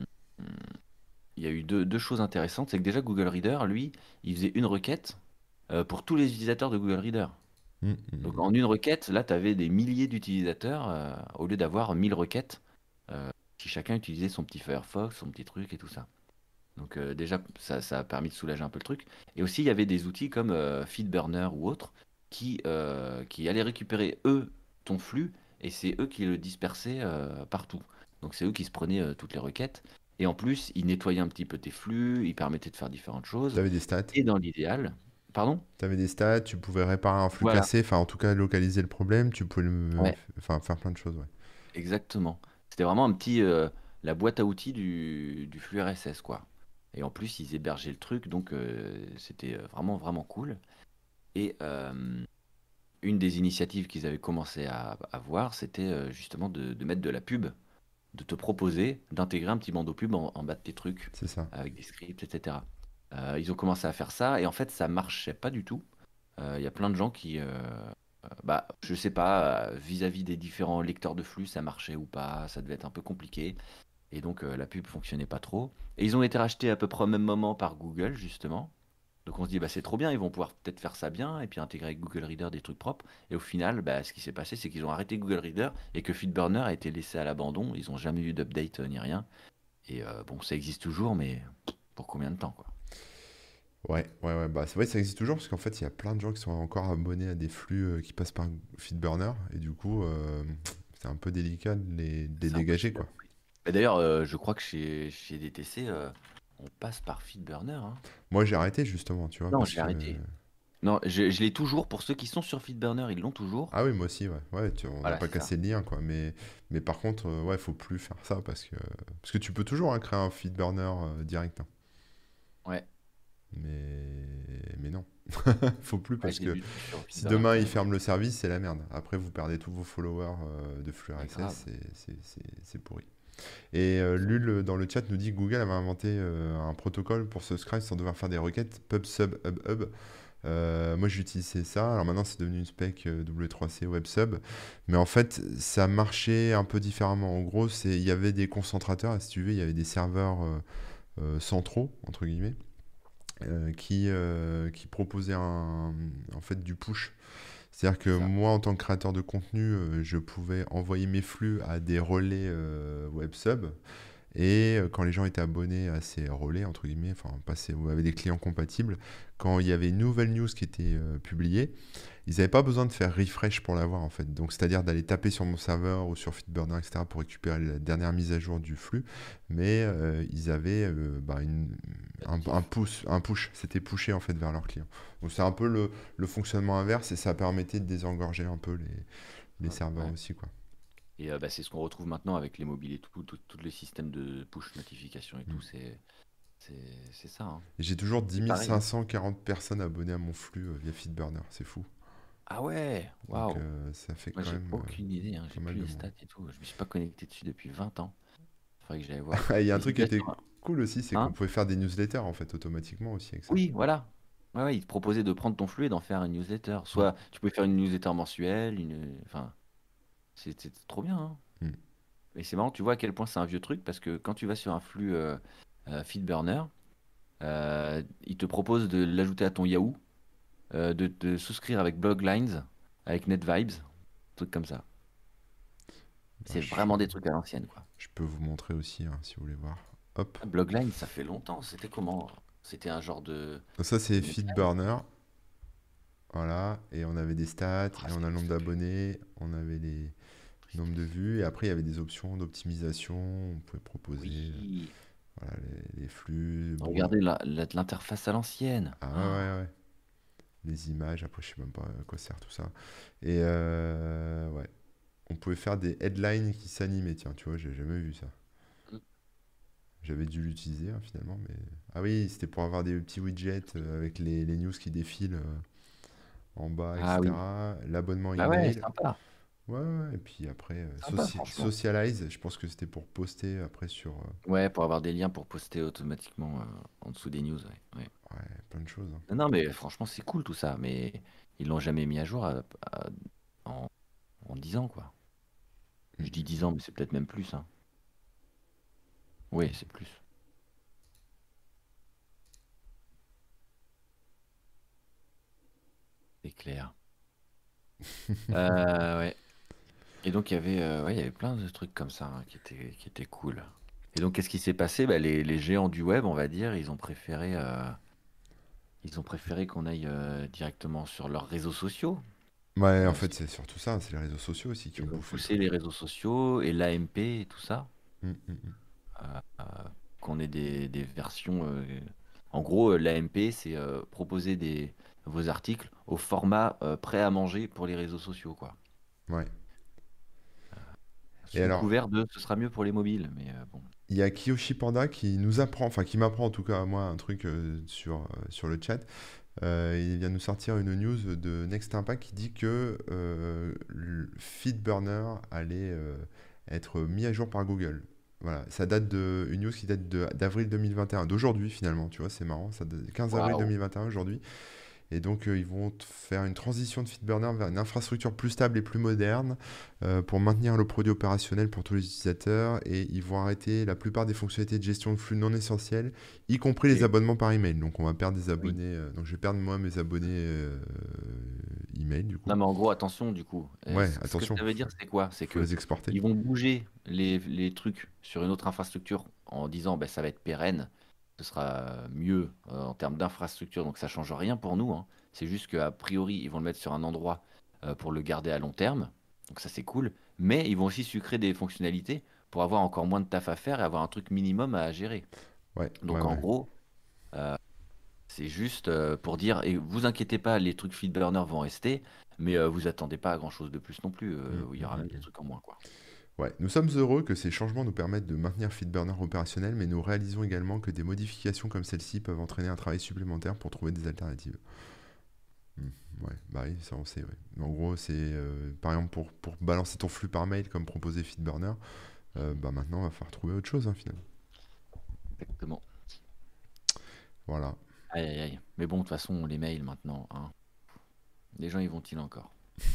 il y a eu deux, deux choses intéressantes, c'est que déjà Google Reader, lui, il faisait une requête euh, pour tous les utilisateurs de Google Reader. Mm, Donc mm. en une requête, là, tu avais des milliers d'utilisateurs euh, au lieu d'avoir mille requêtes euh, qui chacun utilisait son petit Firefox, son petit truc et tout ça. Donc euh, déjà, ça, ça a permis de soulager un peu le truc. Et aussi, il y avait des outils comme euh, Feedburner ou autres qui, euh, qui allaient récupérer, eux, ton flux, et c'est eux qui le dispersaient euh, partout. Donc c'est eux qui se prenaient euh, toutes les requêtes. Et en plus, ils nettoyaient un petit peu tes flux, ils permettaient de faire différentes choses. T'avais des stats. Et dans l'idéal, pardon? T'avais des stats, tu pouvais réparer un flux Voilà. cassé, enfin en tout cas localiser le problème, tu pouvais le- Ouais, enfin, faire plein de choses, ouais. exactement. C'était vraiment un petit, euh, la boîte à outils du, du flux R S S, quoi. Et en plus, ils hébergeaient le truc, donc euh, c'était euh, vraiment, vraiment cool. Et euh, une des initiatives qu'ils avaient commencé à, à voir, c'était euh, justement de, de mettre de la pub, de te proposer d'intégrer un petit bandeau pub en, en bas de tes trucs, C'est ça. avec des scripts, et cetera. Euh, ils ont commencé à faire ça, et en fait, ça marchait pas du tout. Euh, Il y a plein de gens qui, euh, euh, bah, je sais pas, euh, vis-à-vis des différents lecteurs de flux, ça marchait ou pas, ça devait être un peu compliqué. Et donc, euh, la pub fonctionnait pas trop. Et ils ont été rachetés à peu près au même moment par Google, justement. Donc on se dit, bah, c'est trop bien, ils vont pouvoir peut-être faire ça bien et puis intégrer avec Google Reader des trucs propres. Et au final, bah, ce qui s'est passé, c'est qu'ils ont arrêté Google Reader et que Feedburner a été laissé à l'abandon. Ils n'ont jamais eu d'update euh, ni rien. Et euh, bon, ça existe toujours, mais pour combien de temps, quoi? Ouais, ouais, ouais, bah c'est vrai que ça existe toujours parce qu'en fait il y a plein de gens qui sont encore abonnés à des flux euh, qui passent par Feedburner et du coup euh, c'est un peu délicat de les, de les C'est dégager impossible à quoi. couper. Et d'ailleurs, euh, je crois que chez, chez D T C, euh, on passe par Feedburner, hein. Moi j'ai arrêté justement, tu vois, Non, parce j'ai que... arrêté. Non, je, je l'ai toujours. Pour ceux qui sont sur Feedburner, ils l'ont toujours. Ah oui, moi aussi, ouais, ouais, tu- on n'a Voilà, pas c'est ça. cassé le lien quoi, mais, mais par contre, euh, ouais, faut plus faire ça parce que, parce que tu peux toujours hein, créer un Feedburner euh, direct, hein. Ouais, Mais, mais non, faut plus ouais, parce j'ai que vu sur si Feedburner demain qu'il y ils en avait. ferment le service, c'est la merde. Après, vous perdez tous vos followers euh, de flux Ouais, R S S, grave. c'est c'est- c'est- c'est pourri. Et euh, Exact. Lul euh, dans le chat nous dit que Google avait inventé euh, un protocole pour subscribe sans devoir faire des requêtes, pub sub hub hub. Euh, moi j'utilisais ça, alors maintenant c'est devenu une spec euh, W trois C web sub, mais en fait ça marchait un peu différemment. En gros, c'est il y avait des concentrateurs, si tu veux, il y avait des serveurs euh, euh, centraux entre guillemets euh, qui euh, qui proposaient un, en fait du push. C'est-à-dire que C'est ça. moi, en tant que créateur de contenu, euh, je pouvais envoyer mes flux à des relais euh, web sub. Et euh, quand les gens étaient abonnés à ces relais, entre guillemets, enfin, passaient, ou avaient des clients compatibles, quand il y avait une nouvelle news qui était euh, publiée, ils n'avaient pas besoin de faire refresh pour l'avoir, en fait. Donc, c'est-à-dire d'aller taper sur mon serveur ou sur Feedburner, et cetera, pour récupérer la dernière mise à jour du flux. Mais euh, ils avaient euh, bah, une- un, un Natif. push, un push, c'était pushé, en fait, vers leurs clients. Donc, c'est un peu le, le fonctionnement inverse et ça permettait de désengorger un peu les, les Ouais, serveurs ouais. aussi, quoi. Et euh, bah, c'est ce qu'on retrouve maintenant avec les mobiles et tout, tout, tous les systèmes de push notification et Mm. tout, c'est c'est c'est ça, hein. Et j'ai toujours Et dix mille pareil, hein. cinq cent quarante personnes abonnées à mon flux euh, via Feedburner. C'est fou. Ah ouais, Donc waouh. euh, ça fait Moi, quand j'ai même euh, aucune idée, hein. J'ai pas mal plus de les monde. stats et tout. Je me suis pas connecté dessus depuis vingt ans. Faudrait que j'aille voir. Ah, il y a un Mais c'est truc qui bien était sûr. cool aussi, c'est qu'on Hein? pouvait faire des newsletters en fait automatiquement aussi avec ça. Oui, voilà. Ouais, ouais, ils te proposaient de prendre ton flux et d'en faire une newsletter. Mm, Soit tu pouvais faire une newsletter mensuelle, une... Enfin, c'était trop bien, hein. mm. Et c'est marrant, tu vois à quel point c'est un vieux truc, parce que quand tu vas sur un flux euh, euh, Feedburner, euh, il te propose de l'ajouter à ton Yahoo, euh, de te souscrire avec Bloglines, avec NetVibes, trucs comme ça. Bah, C'est je, vraiment des trucs à l'ancienne, quoi. je peux vous montrer aussi hein, si vous voulez voir. Hop. Ah, Bloglines, ça fait longtemps. C'était comment? C'était un genre de, Donc ça c'est de message. Feedburner. Voilà. Et on avait des stats, Ah, et ça on a le nombre n'existe plus. d'abonnés, on avait les nombres de Tristesse. vues, et après il y avait des options d'optimisation. On pouvait proposer euh, Oui. voilà, les, les flux. Bon, Regardez la- la- l'interface à l'ancienne. ah ouais, Oh, ouais, ouais. Les images, après je sais même pas à quoi sert tout ça. Et euh, ouais, on pouvait faire des headlines qui s'animaient, tiens, tu vois, j'ai jamais vu ça. J'avais dû l'utiliser hein, finalement, mais ah oui, c'était pour avoir des petits widgets euh, avec les, les news qui défilent euh, en bas, Ah oui. et cetera. L'abonnement Bah ouais, email. sympa. Ouais, ouais, ouais. Et puis après, euh, Sympa, soci- franchement. Socialize, je pense que c'était pour poster après sur euh, Ouais, pour avoir des liens pour poster automatiquement euh, en dessous des news. Ouais, ouais. ouais, plein de choses, hein. Non, non, mais franchement, c'est cool tout ça. Mais ils l'ont jamais mis à jour à- à- en, en dix ans, quoi. Mm, Je dis mm, dix ans, mais c'est peut-être même plus, hein. Oui, c'est plus. C'est clair. Euh, ouais. Et donc, il y avait, euh, ouais, il y avait plein de trucs comme ça hein, qui étaient, qui étaient cool. Et donc, qu'est-ce qui s'est passé? Bah, les, les géants du web, on va dire, ils ont préféré, euh, ils ont préféré qu'on aille euh, directement sur leurs réseaux sociaux. mm. Ouais, en Euh, fait, c'est surtout ça, c'est les réseaux sociaux aussi qui ont ils ont bouffé le poussé truc. les réseaux sociaux et l'A M P et tout ça, Mm, mm, mm. euh, euh, qu'on ait des, des versions. euh, En gros, l'A M P, c'est euh, proposer des, vos articles au format euh, prêt à manger pour les réseaux sociaux, quoi. Ouais. Et Sous alors, couvert de ce sera mieux pour les mobiles, mais euh, bon. il y a Kiyoshi Panda qui nous apprend, enfin qui m'apprend en tout cas à moi un truc euh, sur, euh, sur le chat. Euh, il vient de nous sortir une news de Next Impact qui dit que euh, le Feedburner allait euh, être mis à jour par Google. Voilà, ça date de une news qui date de- d'avril deux mille vingt et un, d'aujourd'hui finalement, tu vois, c'est marrant, ça date- quinze avril Waouh! deux mille vingt et un aujourd'hui. Et donc, euh, ils vont t- faire une transition de Feedburner vers une infrastructure plus stable et plus moderne euh, pour maintenir le produit opérationnel pour tous les utilisateurs. Et ils vont arrêter la plupart des fonctionnalités de gestion de flux non essentielles, y compris les Ok. abonnements par email. Donc, on va perdre des Oui. abonnés. euh, donc, je vais perdre moi mes abonnés euh, email du Non, coup. mais en gros, attention, du coup. Euh, Ouais, c- ce que attention, ça veut dire, faut, c'est quoi? C'est faut que les exporter. ils vont bouger les, les trucs sur une autre infrastructure en disant, ben, ça va être pérenne, ce sera mieux euh, en termes d'infrastructure, donc ça change rien pour nous, hein. C'est juste qu'a priori, ils vont le mettre sur un endroit euh, pour le garder à long terme, donc ça c'est cool. Mais ils vont aussi sucrer des fonctionnalités pour avoir encore moins de taf à faire et avoir un truc minimum à gérer. Ouais, ouais, Donc en ouais. gros, c'est juste euh, pour dire, et vous inquiétez pas, les trucs feedburner vont rester, mais euh, vous attendez pas à grand chose de plus non plus. Mm, Euh, il y mm, aura mm, même des mm. trucs en moins, quoi. Ouais, nous sommes heureux que ces changements nous permettent de maintenir Feedburner opérationnel, mais nous réalisons également que des modifications comme celle-ci peuvent entraîner un travail supplémentaire pour trouver des alternatives. Hmm, ouais, bah oui, ça on sait, ouais. En gros, c'est euh, par exemple pour, pour balancer ton flux par mail comme proposé Feedburner, euh, bah maintenant on va falloir trouver autre chose hein, finalement. Exactement. Voilà. Aïe, aïe, aïe. Mais bon, de toute façon, les mails maintenant, hein, les gens y vont-ils encore?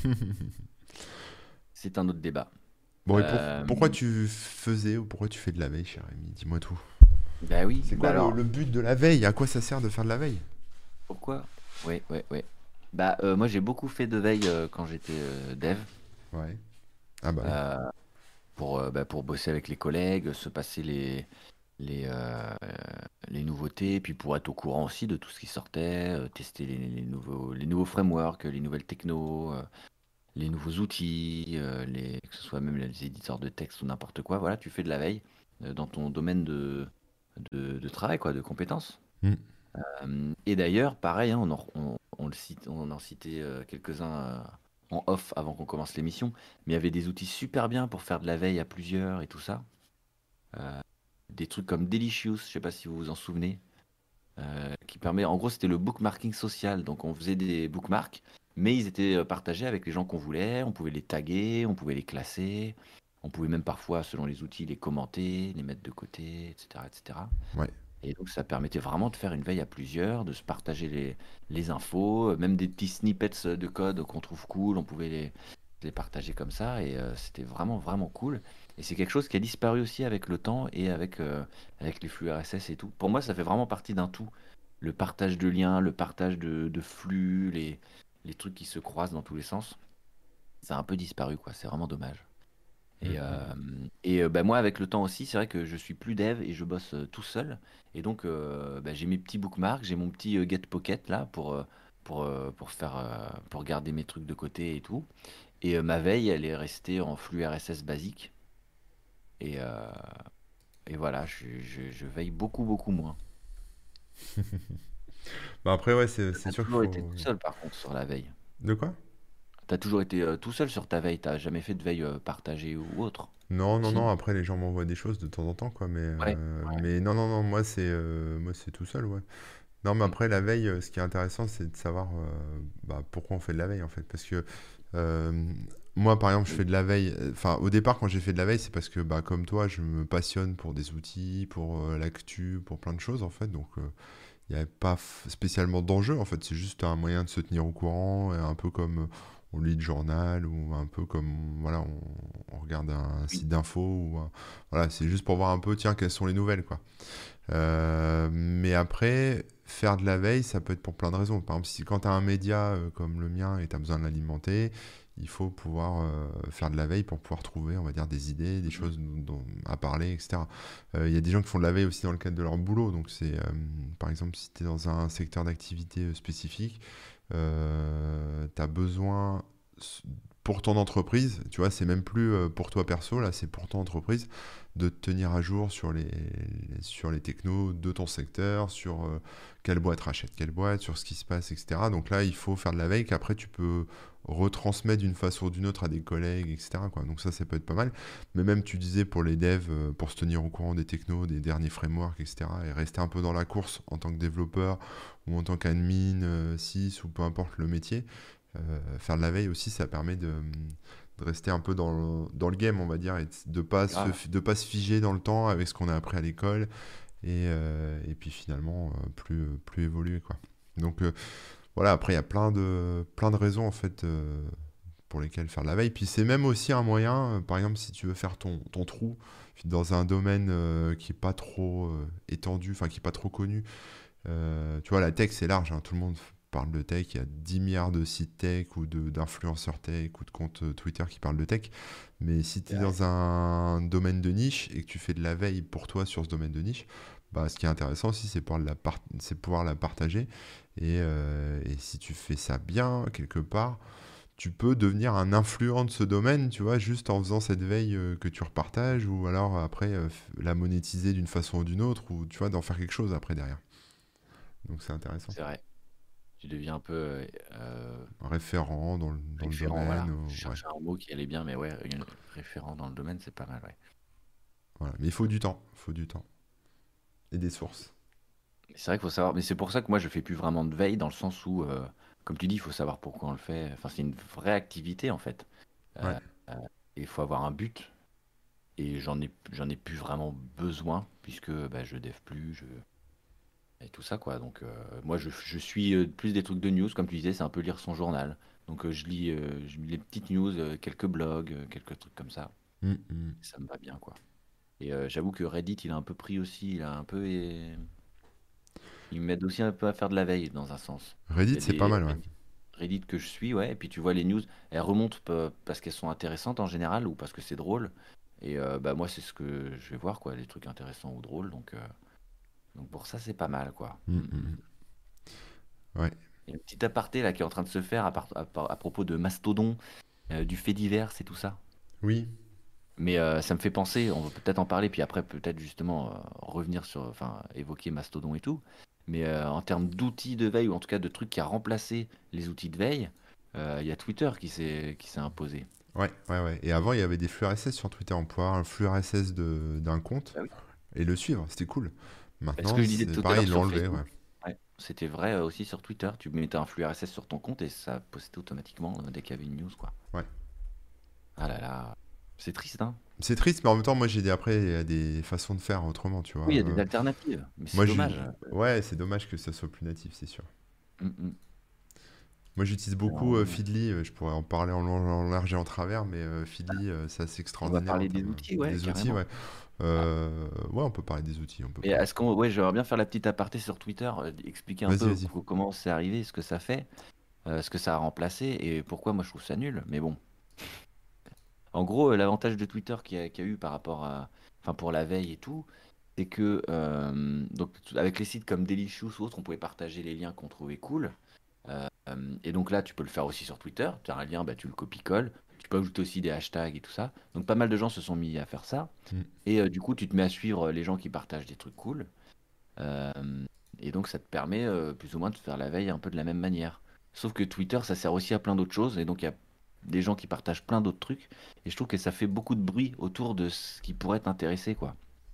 C'est un autre débat. Bon, et pour- Euh, pourquoi tu faisais ou pourquoi tu fais de la veille, cher Rémi? Dis-moi tout. Bah oui, C'est bah quoi le, alors, le but de la veille? À quoi ça sert de faire de la veille? pourquoi? Ouais, ouais, ouais. Bah, euh, moi, j'ai beaucoup fait de veille euh, quand j'étais euh, dev. Ouais. Ah bah oui. euh, pour, euh, bah, pour bosser avec les collègues, se passer les, les, euh, les nouveautés, puis pour être au courant aussi de tout ce qui sortait, euh, tester les, les nouveaux, les nouveaux frameworks, les nouvelles technos, euh, les nouveaux outils, euh, les, que ce soit même les éditeurs de texte ou n'importe quoi. Voilà, tu fais de la veille euh, dans ton domaine de, de, de travail, quoi, de compétences. Hmm. Euh, et d'ailleurs, pareil, hein, on, en, on, on le cite, on en citait euh, quelques-uns euh, en off avant qu'on commence l'émission, mais il y avait des outils super bien pour faire de la veille à plusieurs et tout ça. Euh, des trucs comme Delicious, je sais pas si vous vous en souvenez, euh, qui permet, en gros, c'était le bookmarking social. Donc, on faisait des bookmarks, mais ils étaient euh, partagés avec les gens qu'on voulait. On pouvait les taguer, on pouvait les classer, on pouvait même parfois, selon les outils, les commenter, les mettre de côté, et cetera, et cetera. Ouais. Et donc, ça permettait vraiment de faire une veille à plusieurs, de se partager les, les infos, euh, même des petits snippets de code qu'on trouve cool, on pouvait les, les partager comme ça, et euh, c'était vraiment, vraiment cool. Et c'est quelque chose qui a disparu aussi avec le temps et avec, euh, avec les flux R S S et tout. Pour moi, ça fait vraiment partie d'un tout. Le partage de liens, le partage de, de flux, les, les trucs qui se croisent dans tous les sens, ça a un peu disparu, quoi. C'est vraiment dommage. Hmm, Et, hmm. euh, et euh, bah, moi, avec le temps aussi, c'est vrai que je suis plus dev et je bosse euh, tout seul. Et donc, euh, bah, j'ai mes petits bookmarks, j'ai mon petit euh, Get Pocket là pour, euh, pour, euh, pour faire, euh, pour garder mes trucs de côté et tout. Et euh, ma veille, elle est restée en flux R S S basique. Et, euh, et voilà, je, je- je veille beaucoup, beaucoup moins. Bah après, ouais, c'est T'as c'est sûr qu'il toujours été faut. tout seul par contre sur la veille. De quoi? T'as toujours été euh, tout seul sur ta veille, t'as jamais fait de veille euh, partagée ou autre. Non, non, Si? non, après les gens m'envoient des choses de temps en temps, quoi, mais, Ouais, euh, ouais. mais non, non, non, moi c'est euh, moi c'est tout seul, ouais. Non, mais Mm. après la veille, euh, ce qui est intéressant, c'est de savoir euh, bah, pourquoi on fait de la veille, en fait. Parce que euh, moi, par exemple, je Oui. fais de la veille, euh, enfin, au départ, quand j'ai fait de la veille, c'est parce que, bah, comme toi, je me passionne pour des outils, pour euh, l'actu, pour plein de choses, en fait. Donc, euh, il n'y avait pas f- spécialement d'enjeu, en fait. C'est juste un moyen de se tenir au courant, et un peu comme euh, on lit le journal, ou un peu comme, voilà, on, on regarde un Oui. site d'info, ou un- voilà, c'est juste pour voir un peu, tiens, quelles sont les nouvelles, quoi. Euh, mais après, faire de la veille, ça peut être pour plein de raisons. Par exemple, si quand tu as un média euh, comme le mien et tu as besoin de l'alimenter, il faut pouvoir euh, faire de la veille pour pouvoir trouver, on va dire, des idées, des Mhm. choses dont- à parler, et cetera. Euh, Il y a des gens qui font de la veille aussi dans le cadre de leur boulot. Donc, c'est, euh, par exemple, si tu es dans un secteur d'activité euh, spécifique, euh, tu as besoin s- pour ton entreprise, tu vois, c'est même plus euh, pour toi perso, là, c'est pour ton entreprise, de te tenir à jour sur les, sur les technos de ton secteur, sur euh, quelle boîte rachète quelle boîte, sur ce qui se passe, et cetera. Donc là, il faut faire de la veille qu'après tu peux retransmettre d'une façon ou d'une autre à des collègues, et cetera quoi. Donc ça, ça peut être pas mal. Mais même, tu disais, pour les devs, euh, pour se tenir au courant des technos, des derniers frameworks, et cetera, et rester un peu dans la course en tant que développeur ou en tant qu'admin, euh, sys, ou peu importe le métier, euh, faire de la veille aussi, ça permet de, de rester un peu dans le, dans le game, on va dire, et de pas se, Grave. fi- de pas se figer dans le temps avec ce qu'on a appris à l'école, et, euh, et puis finalement euh, plus, plus évoluer, quoi. Donc euh, voilà, après il y a plein de, plein de raisons en fait euh, pour lesquelles faire de la veille. Puis c'est même aussi un moyen, euh, par exemple, si tu veux faire ton, ton trou dans un domaine euh, qui est pas trop euh, étendu, enfin qui est pas trop connu. Euh, tu vois, la tech, c'est large, hein. Tout le monde f- parle de tech. Il y a dix milliards de sites tech ou de- d'influenceurs tech ou de comptes euh, Twitter qui parlent de tech. Mais si tu C'est es vrai. dans un domaine de niche et que tu fais de la veille pour toi sur ce domaine de niche, bah, ce qui est intéressant aussi, c'est pouvoir la, par- c'est pouvoir la partager. Et, euh, et si tu fais ça bien, quelque part, tu peux devenir un influent de ce domaine, tu vois, juste en faisant cette veille euh, que tu repartages, ou alors après euh, f- la monétiser d'une façon ou d'une autre, ou tu vois, d'en faire quelque chose après derrière. Donc c'est intéressant. C'est vrai. Tu deviens un peu euh, euh, Un référent dans le, dans le référent, domaine, voilà. Je euh, ouais, cherchais un mot qui allait bien, mais ouais, une- référent dans le domaine, c'est pas mal, ouais. voilà. Mais il faut du temps, il faut du temps. Et des sources. Mais c'est vrai qu'il faut savoir, mais c'est pour ça que moi je fais plus vraiment de veille dans le sens où, euh, comme tu dis, il faut savoir pourquoi on le fait. Enfin, c'est une vraie activité en fait. Ouais. Euh, euh, et il faut avoir un but. Et j'en ai, j'en ai plus vraiment besoin puisque bah, je dev plus, je... et tout ça quoi. Donc euh, moi je, je suis euh, plus des trucs de news, comme tu disais, c'est un peu lire son journal. Donc euh, je lis, euh, je lis les petites news, euh, quelques blogs, euh, quelques trucs comme ça. Mm, mm. Ça me va bien quoi. Et euh, j'avoue que Reddit, il a un peu pris aussi, il a un peu, et- il m'aide aussi un peu à faire de la veille dans un sens. Il y Reddit, a c'est pas des mal, ouais. Reddit, Reddit que je suis, ouais, et puis tu vois les news, elles remontent pe- parce qu'elles sont intéressantes en général ou parce que c'est drôle. Et euh, bah moi c'est ce que je vais voir quoi, les trucs intéressants ou drôles. Donc euh, donc pour ça c'est pas mal quoi. Mm, Mm, mm, mm. mm. Ouais. Il y a une petite aparté là qui est en train de se faire à, part- à par- à propos de Mastodon, euh, du fait divers et tout ça. Oui. Mais euh, ça me fait penser, on va peut-être en parler, puis après peut-être justement euh, revenir sur, enfin évoquer Mastodon et tout. Mais euh, en termes d'outils de veille, ou en tout cas de trucs qui a remplacé les outils de veille, euh, il y a Twitter qui s'est qui s'est imposé. Ouais, ouais, ouais. Et avant, il y avait des flux R S S sur Twitter. On pouvait avoir un flux R S S de- d'un compte Bah oui. et le suivre. C'était cool. Bah, ce Maintenant, que je disais c'est tout à pareil, l'heure ils l'ont sur enlevé, ouais. Facebook, ouais, c'était vrai euh, aussi sur Twitter. Tu mettais un flux R S S sur ton compte et ça postait automatiquement euh, dès qu'il y avait une news, quoi. Ouais. Ah là là, c'est triste, hein? C'est triste, mais en même temps, moi, j'ai des, après, il y a des façons de faire autrement, tu vois. Oui, il y a des Euh, alternatives, mais c'est moi, je... dommage. ouais, c'est dommage que ça soit plus natif, c'est sûr. Mm, mm. Moi, j'utilise Alors, beaucoup euh, dommage. Feedly. euh, Je pourrais en parler en long, en large et en travers, mais euh, Feedly, euh, c'est assez On va extraordinaire en parler des termes outils, euh, ouais, des outils, carrément. ouais. Ouais. Euh, ouais, on peut parler des outils, on peut Mais parler. est-ce qu'on, ouais, j'aimerais bien faire la petite aparté sur Twitter, euh, expliquer un Vas-y, peu vas-y. co- comment c'est arrivé, ce que ça fait, euh, ce que ça a remplacé et pourquoi moi je trouve ça nul. Mais bon, en gros, euh, l'avantage de Twitter qu'il y a, qu'il y a eu par rapport à, enfin pour la veille et tout, c'est que euh, donc avec les sites comme Delicious ou autres, on pouvait partager les liens qu'on trouvait cool. Euh, et donc là, tu peux le faire aussi sur Twitter. Tu as un lien, bah, tu le copies-colles. Tu peux ajouter aussi des hashtags et tout ça. Donc pas mal de gens se sont mis à faire ça. Mm. Et euh, du coup, tu te mets à suivre les gens qui partagent des trucs cool. Euh, et donc, ça te permet euh, plus ou moins de faire la veille un peu de la même manière. Sauf que Twitter, ça sert aussi à plein d'autres choses. Et donc, il y a des gens qui partagent plein d'autres trucs. Et je trouve que ça fait beaucoup de bruit autour de ce qui pourrait t'intéresser, quoi.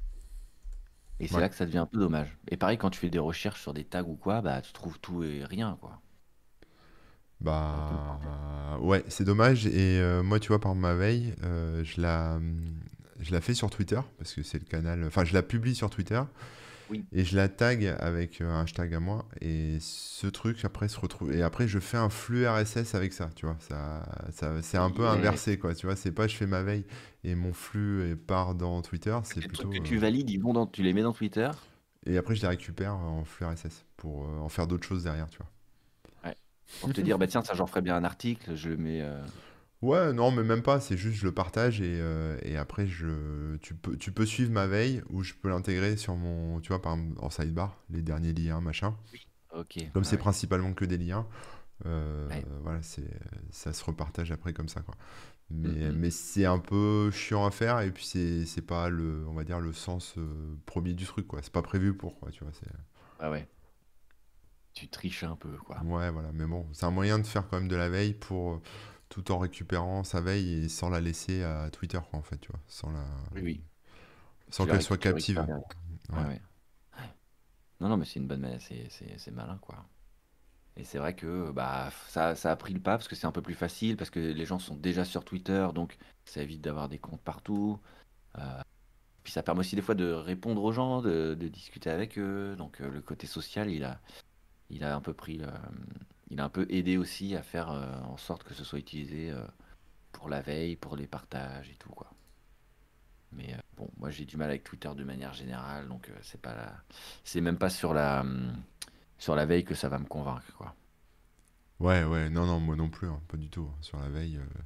Et c'est Ouais. là que ça devient un peu dommage. Et pareil, quand tu fais des recherches sur des tags ou quoi, bah tu trouves tout et rien, quoi. C'est un peu le bordel. Bah ouais, c'est dommage. Et euh, moi, tu vois, par ma veille, euh, je la, je la fais sur Twitter parce que c'est le canal. Enfin, je la publie sur Twitter Oui. et je la tag avec euh, un hashtag à moi. Et ce truc après se retrouve. Et après, je fais un flux R S S avec ça. Tu vois, ça, ça, c'est un peu Yes. inversé, quoi. Tu vois, c'est pas je fais ma veille et mon flux euh, part dans Twitter. C'est Les trucs que plutôt. euh, tu valides, ils vont dans, tu les mets dans Twitter. Et après, je les récupère en flux R S S pour euh, en faire d'autres choses derrière, tu vois. Ouais. Pour te dire, bah tiens, ça j'en ferais bien un article, je le mets. euh, Ouais, non, mais même pas, c'est juste je le partage et, euh, et après je, tu peux, tu peux suivre ma veille ou je peux l'intégrer sur mon, tu vois, par exemple en sidebar, les derniers liens, machin. Oui. Ok, Comme ouais, c'est ouais. principalement que des liens, euh, Ouais. voilà, c'est, ça se repartage après comme ça, quoi. Mm, Mais, mm. mais c'est un peu chiant à faire et puis c'est, c'est pas le, on va dire, le sens euh, premier du truc, quoi. C'est pas prévu pour, quoi, tu vois. C'est, Ouais, ouais. Tu triches un peu, quoi. ouais, voilà, mais bon, c'est un moyen de faire quand même de la veille pour, euh, tout en récupérant sa veille et sans la laisser à Twitter, quoi, en fait, tu vois, sans la, Oui, oui. sans Tu la qu'elle soit récu- tu le captive. récupères derrière. Ouais, Ouais. ouais. Non, non, mais c'est une bonne, ma- c'est, c'est, c'est malin, quoi. Et c'est vrai que bah ça, ça a pris le pas parce que c'est un peu plus facile, parce que les gens sont déjà sur Twitter, donc ça évite d'avoir des comptes partout. Euh, Puis ça permet aussi des fois de répondre aux gens, de, de discuter avec eux. Donc euh, le côté social, il a, il a un peu pris, le- il a un peu aidé aussi à faire euh, en sorte que ce soit utilisé euh, pour la veille, pour les partages et tout quoi. Mais euh, bon, moi j'ai du mal avec Twitter de manière générale, donc euh, c'est pas la... c'est même pas sur la, hum, sur la veille que ça va me convaincre quoi. Ouais, ouais, non, non, moi non plus, hein, pas du tout, hein. Sur la veille, euh,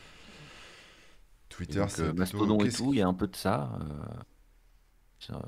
Et Twitter, donc c'est euh, plutôt. Mastodon et Qu'est-ce tout, il y qui. a un peu de ça. euh, ça-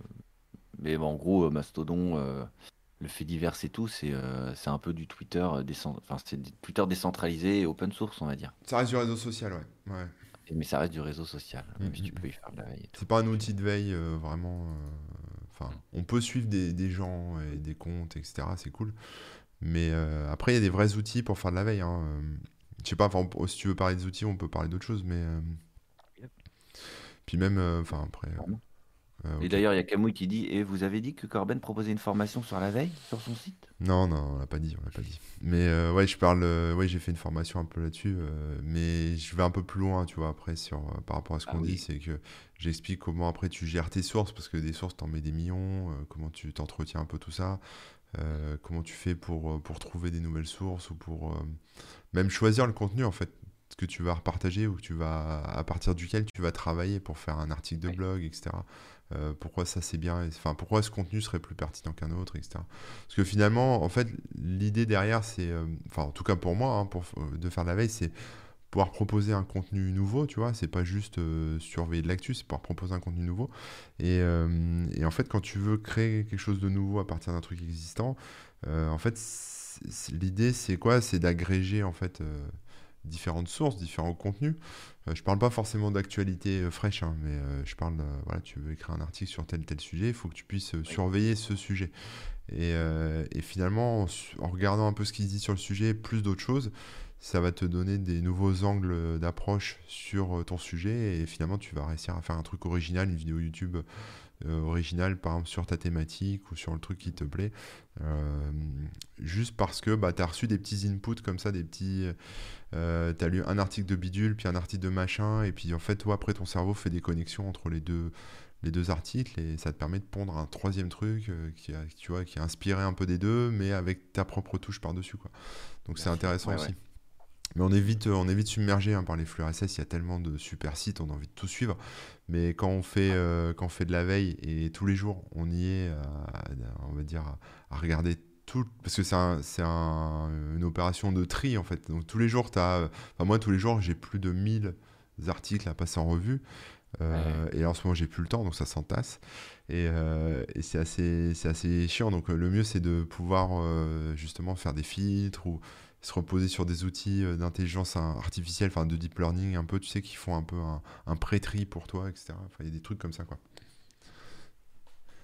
mais bon, en gros, euh, Mastodon, euh, le fait divers et tout, c'est euh, c'est un peu du Twitter, euh, décent- enfin c'est du Twitter décentralisé et open source, on va dire. Ça reste du réseau social, ouais. Ouais. Et- mais ça reste du réseau social, Mm, même si mm, tu mm. peux y faire de la veille et tout. C'est pas un Tu fais- outil de veille euh, vraiment. euh, Enfin, Mm. on peut suivre des, des gens et des comptes, et cetera. C'est cool. Mais euh, après, il y a des vrais outils pour faire de la veille, hein. euh, Je sais pas, enfin, on- si tu veux parler des outils, on peut parler d'autres choses, mais. euh, Yep. Puis même. euh, Enfin, après. Vraiment. euh, euh, Et ok. d'ailleurs, il y a Camouille qui dit, et vous avez dit que Corben proposait une formation sur la veille sur son site? Non, non, on l'a pas dit, on l'a pas dit. Mais euh, ouais, je parle, euh, ouais, j'ai fait une formation un peu là-dessus, euh, mais je vais un peu plus loin, tu vois, après, sur, euh, par rapport à ce Ah qu'on dit, oui. c'est que j'explique comment après tu gères tes sources, parce que des sources, t'en mets des millions, euh, comment tu t'entretiens un peu tout ça, euh, comment tu fais pour, euh, pour trouver des nouvelles sources, ou pour euh, même choisir le contenu, en fait, que tu vas repartager, ou que tu vas, à partir duquel tu vas travailler pour faire un article de Ouais. blog, et cetera. Euh, pourquoi ça c'est bien, et- enfin pourquoi ce contenu serait plus pertinent qu'un autre, et cetera. Parce que finalement, en fait, l'idée derrière, c'est, euh, enfin en tout cas pour moi, hein, pour, euh, de faire de la veille, c'est pouvoir proposer un contenu nouveau, tu vois, c'est pas juste euh, surveiller de l'actu, c'est pouvoir proposer un contenu nouveau. Et, euh, et en fait, quand tu veux créer quelque chose de nouveau à partir d'un truc existant, euh, en fait, c'est- c'est- l'idée c'est quoi? C'est d'agréger en fait euh, différentes sources, différents contenus. Euh, je parle pas forcément d'actualité euh, fraîche, hein, mais euh, je parle, euh, voilà, tu veux écrire un article sur tel tel sujet, il faut que tu puisses euh, Oui. surveiller ce sujet. Et, euh, et finalement, en, su- en regardant un peu ce qui se dit sur le sujet, plus d'autres choses, ça va te donner des nouveaux angles d'approche sur euh, ton sujet. Et finalement, tu vas réussir à faire un truc original, une vidéo YouTube euh, originale, par exemple, sur ta thématique ou sur le truc qui te plaît. Euh, Juste parce que bah, tu as reçu des petits inputs comme ça, des petits. Euh, tu as lu un article de bidule, puis un article de machin. Et puis en fait, toi, après, ton cerveau fait des connexions entre les deux les deux articles et ça te permet de pondre un troisième truc euh, qui, a, tu vois, qui est inspiré un peu des deux, mais avec ta propre touche par-dessus, quoi. Donc Bien c'est sûr. intéressant Ouais, aussi. ouais. Mais on est vite, euh, on est vite submergé hein, par les flux R S S, il y a tellement de super sites, on a envie de tout suivre. Mais quand on fait, euh, quand on fait de la veille et tous les jours, on y est, à- à- on va dire, à, à regarder tout, parce que c'est un- c'est un- une opération de tri en fait. Donc tous les jours, t'as, enfin moi tous les jours, j'ai plus de mille articles à passer en revue. Ouais. Euh, et là, en ce moment, j'ai plus le temps, donc ça s'entasse. Et, euh, et c'est assez, c'est assez chiant. Donc, euh, le mieux, c'est de pouvoir euh, justement faire des filtres ou se reposer sur des outils euh, d'intelligence hein, artificielle, enfin de deep learning, un peu, tu sais, qui font un peu un, un pré-tri pour toi, et cetera. Enfin, il y a des trucs comme ça, quoi.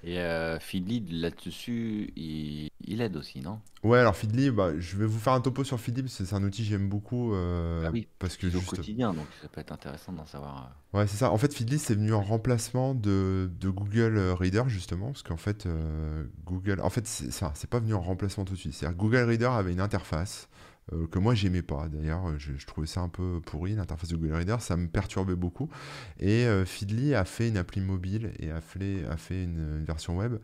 Et euh, Feedly, là-dessus, il, il aide aussi, non? Ouais, alors Feedly, bah, je vais vous faire un topo sur Feedly parce que c'est un outil que j'aime beaucoup Ah euh, oui, tu parce que l'utilises au juste. quotidien, donc ça peut être intéressant d'en savoir. euh, Ouais, c'est ça. En fait, Feedly, c'est venu en plus. remplacement de, de Google euh, Reader, justement, parce qu'en fait, euh, Google... En fait, c'est ça, c'est pas venu en remplacement tout de suite. C'est-à-dire que Google Reader avait une interface euh, que moi, j'aimais pas. D'ailleurs, euh, je, je trouvais ça un peu pourri, l'interface de Google Reader. Ça me perturbait beaucoup. Et euh, Feedly a fait une appli mobile et a fait, a fait une, une version web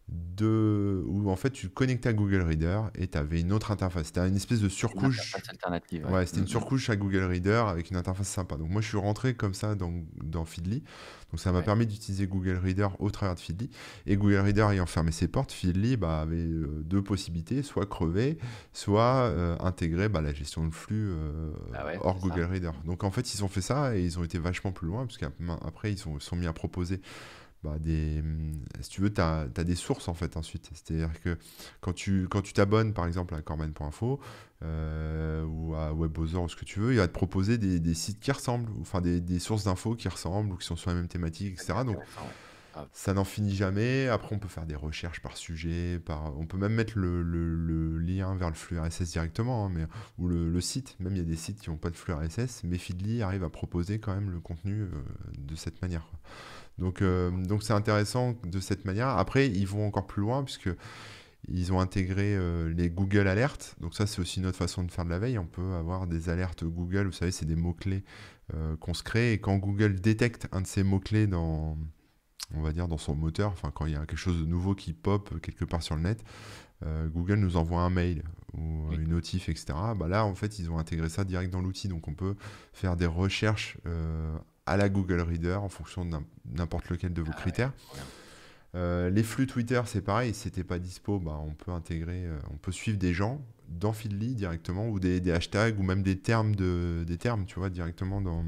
de... où, en fait, tu te connectais à Google Reader et tu avais une autre interface. C'était une espèce de Une surcouche. interface alternative, ouais. Ouais, c'était Mm, une mm. surcouche à Google Reader avec une interface sympa. Donc moi, je suis rentré comme ça dans, dans Feedly. Donc ça m'a Ouais. permis d'utiliser Google Reader au travers de Feedly. Et Google Reader ayant fermé ses portes, Feedly bah, avait euh, deux possibilités, soit crever, soit euh, intégrer bah, la gestion de flux euh, Bah ouais, hors c'est Google ça. Reader. Mm. Donc en fait, ils ont fait ça et ils ont été vachement plus loin, parce qu'après, ils sont, sont mis à proposer bah, des, hum, si tu veux, tu as, des sources en fait ensuite. C'est-à-dire que quand tu quand tu t'abonnes par exemple à corben point info euh, ou à WebBrowser ou ce que tu veux, il va te proposer des, des sites qui ressemblent, ou, enfin des, des sources d'infos qui ressemblent ou qui sont sur la même thématique, Ça, c'est et cetera. Donc intéressant, ouais. Grave. ça n'en finit jamais. Après, on peut faire des recherches par sujet, par... on peut même mettre le, le- le lien vers le flux R S S directement, hein, mais... ou le, le site. Même il y a des sites qui n'ont pas de flux R S S, mais Feedly arrive à proposer quand même le contenu euh, de cette manière, quoi. Donc, euh, donc c'est intéressant de cette manière. Après, ils vont encore plus loin puisque ils ont intégré euh, les Google Alerts. Donc ça, c'est aussi une autre façon de faire de la veille. On peut avoir des alertes Google. Vous savez, c'est des mots-clés euh, qu'on se crée. Et quand Google détecte un de ces mots-clés dans, on va dire, dans son moteur, enfin quand il y a quelque chose de nouveau qui pop quelque part sur le net, euh, Google nous envoie un mail ou Oui. une notif, et cetera. Bah là, en fait, ils ont intégré ça direct dans l'outil. Donc on peut faire des recherches euh, à la Google Reader en fonction de n'importe lequel de vos Ah ouais, critères. trop bien. Euh, les flux Twitter, c'est pareil. Si c'était pas dispo, bah, on peut intégrer, euh, on peut suivre des gens dans Feedly directement ou des, des hashtags ou même des termes de, des termes, tu vois, directement dans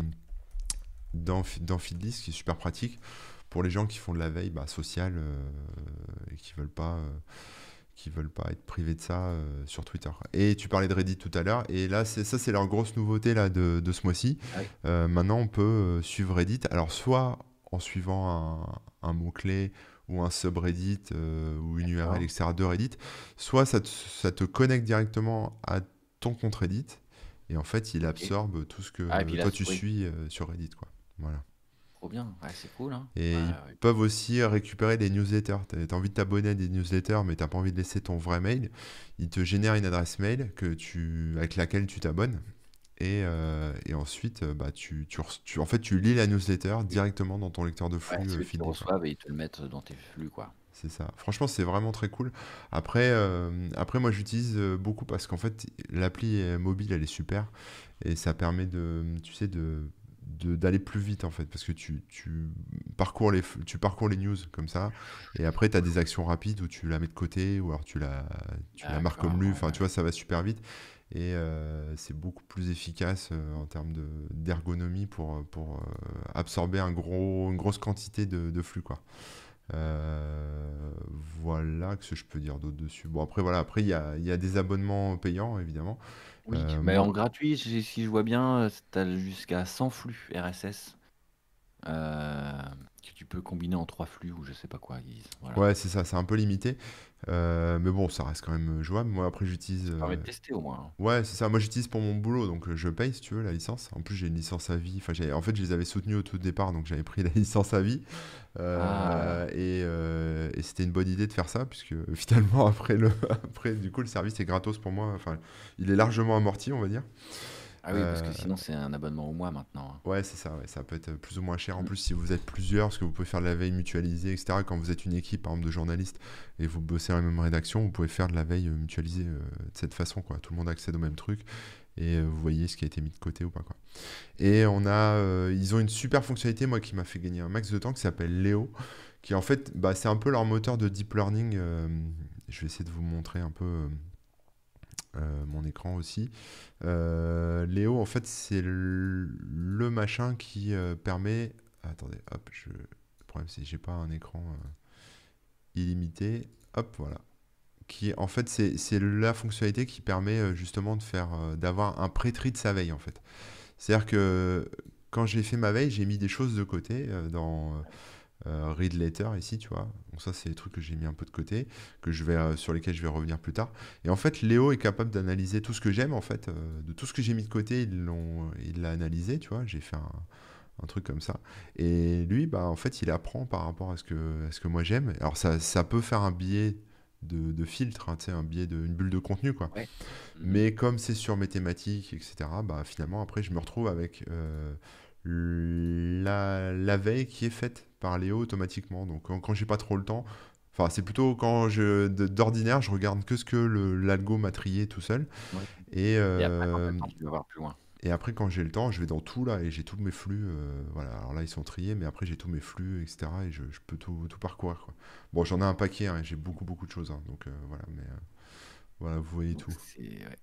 dans, dans Feedly, ce qui est super pratique pour les gens qui font de la veille bah, sociale euh, et qui veulent pas euh, qui veulent pas être privés de ça euh, sur Twitter. Et tu parlais de Reddit tout à l'heure, et là, c'est ça, c'est leur grosse nouveauté là, de, de ce mois-ci. Ah oui. Euh, maintenant, on peut euh, suivre Reddit, alors soit en suivant un, un mot-clé ou un subreddit euh, ou une U R L, D'accord. et cetera de Reddit, soit ça te, ça te connecte directement à ton compte Reddit, et en fait, il Ok. absorbe tout ce Ah, et que puis là, toi c'est- tu oui, suis euh, sur Reddit, quoi. Voilà. trop bien. Ouais, c'est cool, hein. Ouais, Et ils ouais. peuvent aussi récupérer des newsletters. Tu as envie de t'abonner à des newsletters, mais tu n'as pas envie de laisser ton vrai mail. Ils te génèrent une adresse mail que tu, avec laquelle tu t'abonnes. Et, euh, et ensuite, euh, bah, tu, tu, re- tu- en fait, tu lis la newsletter Oui. directement dans ton lecteur de Ouais, flux c'est euh, eux qui le Feedly, quoi. reçoivent et ils te le mettent dans tes flux, quoi. C'est ça. Franchement, c'est vraiment très cool. Après, euh, après moi, j'utilise euh, beaucoup parce qu'en fait, l'appli euh, mobile, elle est super. Et ça permet de, tu sais, de, de- d'aller plus vite, en fait. Parce que tu, tu parcours les, f- tu parcours les news comme ça. Et après, tu as des actions rapides où tu la mets de côté ou alors tu la, tu la marques comme D'accord, lue. ouais, Enfin, tu ouais. vois, ça va super vite. Et euh, c'est beaucoup plus efficace euh, en termes de, d'ergonomie pour, pour euh, absorber un gros, une grosse quantité de, de flux, quoi. Euh, voilà ce que je peux dire d'autre dessus. Bon, après, voilà, après, il y a, il y a des abonnements payants, évidemment. Oui, Euh, mais en moi, gratuit, si si je vois bien, tu as jusqu'à cent flux R S S euh, que tu peux combiner en trois flux ou je sais pas quoi. ils- Voilà. ouais, c'est ça, c'est un peu limité. Euh, mais bon, ça reste quand même jouable. Moi, après, j'utilise. Ça permet euh, de tester au moins, hein. Ouais, c'est ça. Moi, j'utilise pour mon boulot, donc euh, je paye si tu veux la licence. En plus, j'ai une licence à vie. Enfin, j'ai- en fait, je les avais soutenus au tout départ, donc j'avais pris la licence à vie. Ah, Euh, et euh, et c'était une bonne idée de faire ça, puisque finalement, après, le, après, du coup, le service est gratos pour moi. Enfin, il est largement amorti, on va dire. ah oui, parce Euh, que sinon c'est un abonnement au mois maintenant, hein. Ouais, c'est ça, ouais, ça peut être plus ou moins cher. En Mm. plus, si vous êtes plusieurs, parce que vous pouvez faire de la veille mutualisée, et cetera. Quand vous êtes une équipe, par exemple, de journalistes, et vous bossez dans la même rédaction, vous pouvez faire de la veille euh, mutualisée euh, de cette façon, quoi. Tout le monde accède au même truc, et euh, vous voyez ce qui a été mis de côté ou pas, quoi. Et on a, euh, ils ont une super fonctionnalité, moi, qui m'a fait gagner un max de temps, qui s'appelle Léo, qui en fait, bah, c'est un peu leur moteur de deep learning. euh, je vais essayer de vous montrer un peu euh, euh, mon écran aussi. Euh, Léo, en fait, c'est le, le machin qui euh, permet. Attendez, hop, je... le problème c'est que j'ai pas un écran euh, illimité. Hop, voilà. Qui, en fait, c'est c'est la fonctionnalité qui permet euh, justement de faire, euh, d'avoir un pré-tri de sa veille, en fait. C'est-à-dire que quand j'ai fait ma veille, j'ai mis des choses de côté euh, dans, euh, read later ici, tu vois. Donc ça, c'est des trucs que j'ai mis un peu de côté, que je vais, euh, sur lesquels je vais revenir plus tard. Et en fait, Léo est capable d'analyser tout ce que j'aime, en fait. euh, de tout ce que j'ai mis de côté, ils l'ont, il l'a analysé, tu vois. J'ai fait un, un truc comme ça. Et lui, bah, en fait, il apprend par rapport à ce que, à ce que moi j'aime. Alors ça, ça peut faire un biais de, de filtre, hein, tu sais, un biais de, une bulle de contenu, quoi. Ouais. Mhm. Mais comme c'est sur mes thématiques, et cetera, bah, finalement, après, je me retrouve avec euh, la, la veille qui est faite par Léo automatiquement. Donc, quand, quand j'ai pas trop le temps, enfin, c'est plutôt quand je, de- d'ordinaire, je regarde que ce que le- l'algo m'a trié tout seul. Ouais. Et, Et après, quand t'as euh, le temps, tu vas voir plus loin. et après, quand j'ai le temps, je vais dans tout là et j'ai tous mes flux. euh, voilà, alors là, ils sont triés, mais après, j'ai tous mes flux, et cetera. Et je, je peux tout, tout parcourir, quoi. Bon, j'en ai un paquet, hein, j'ai beaucoup, beaucoup de choses, hein, donc euh, voilà, mais euh, voilà, vous voyez Donc, tout. c'est. Ouais.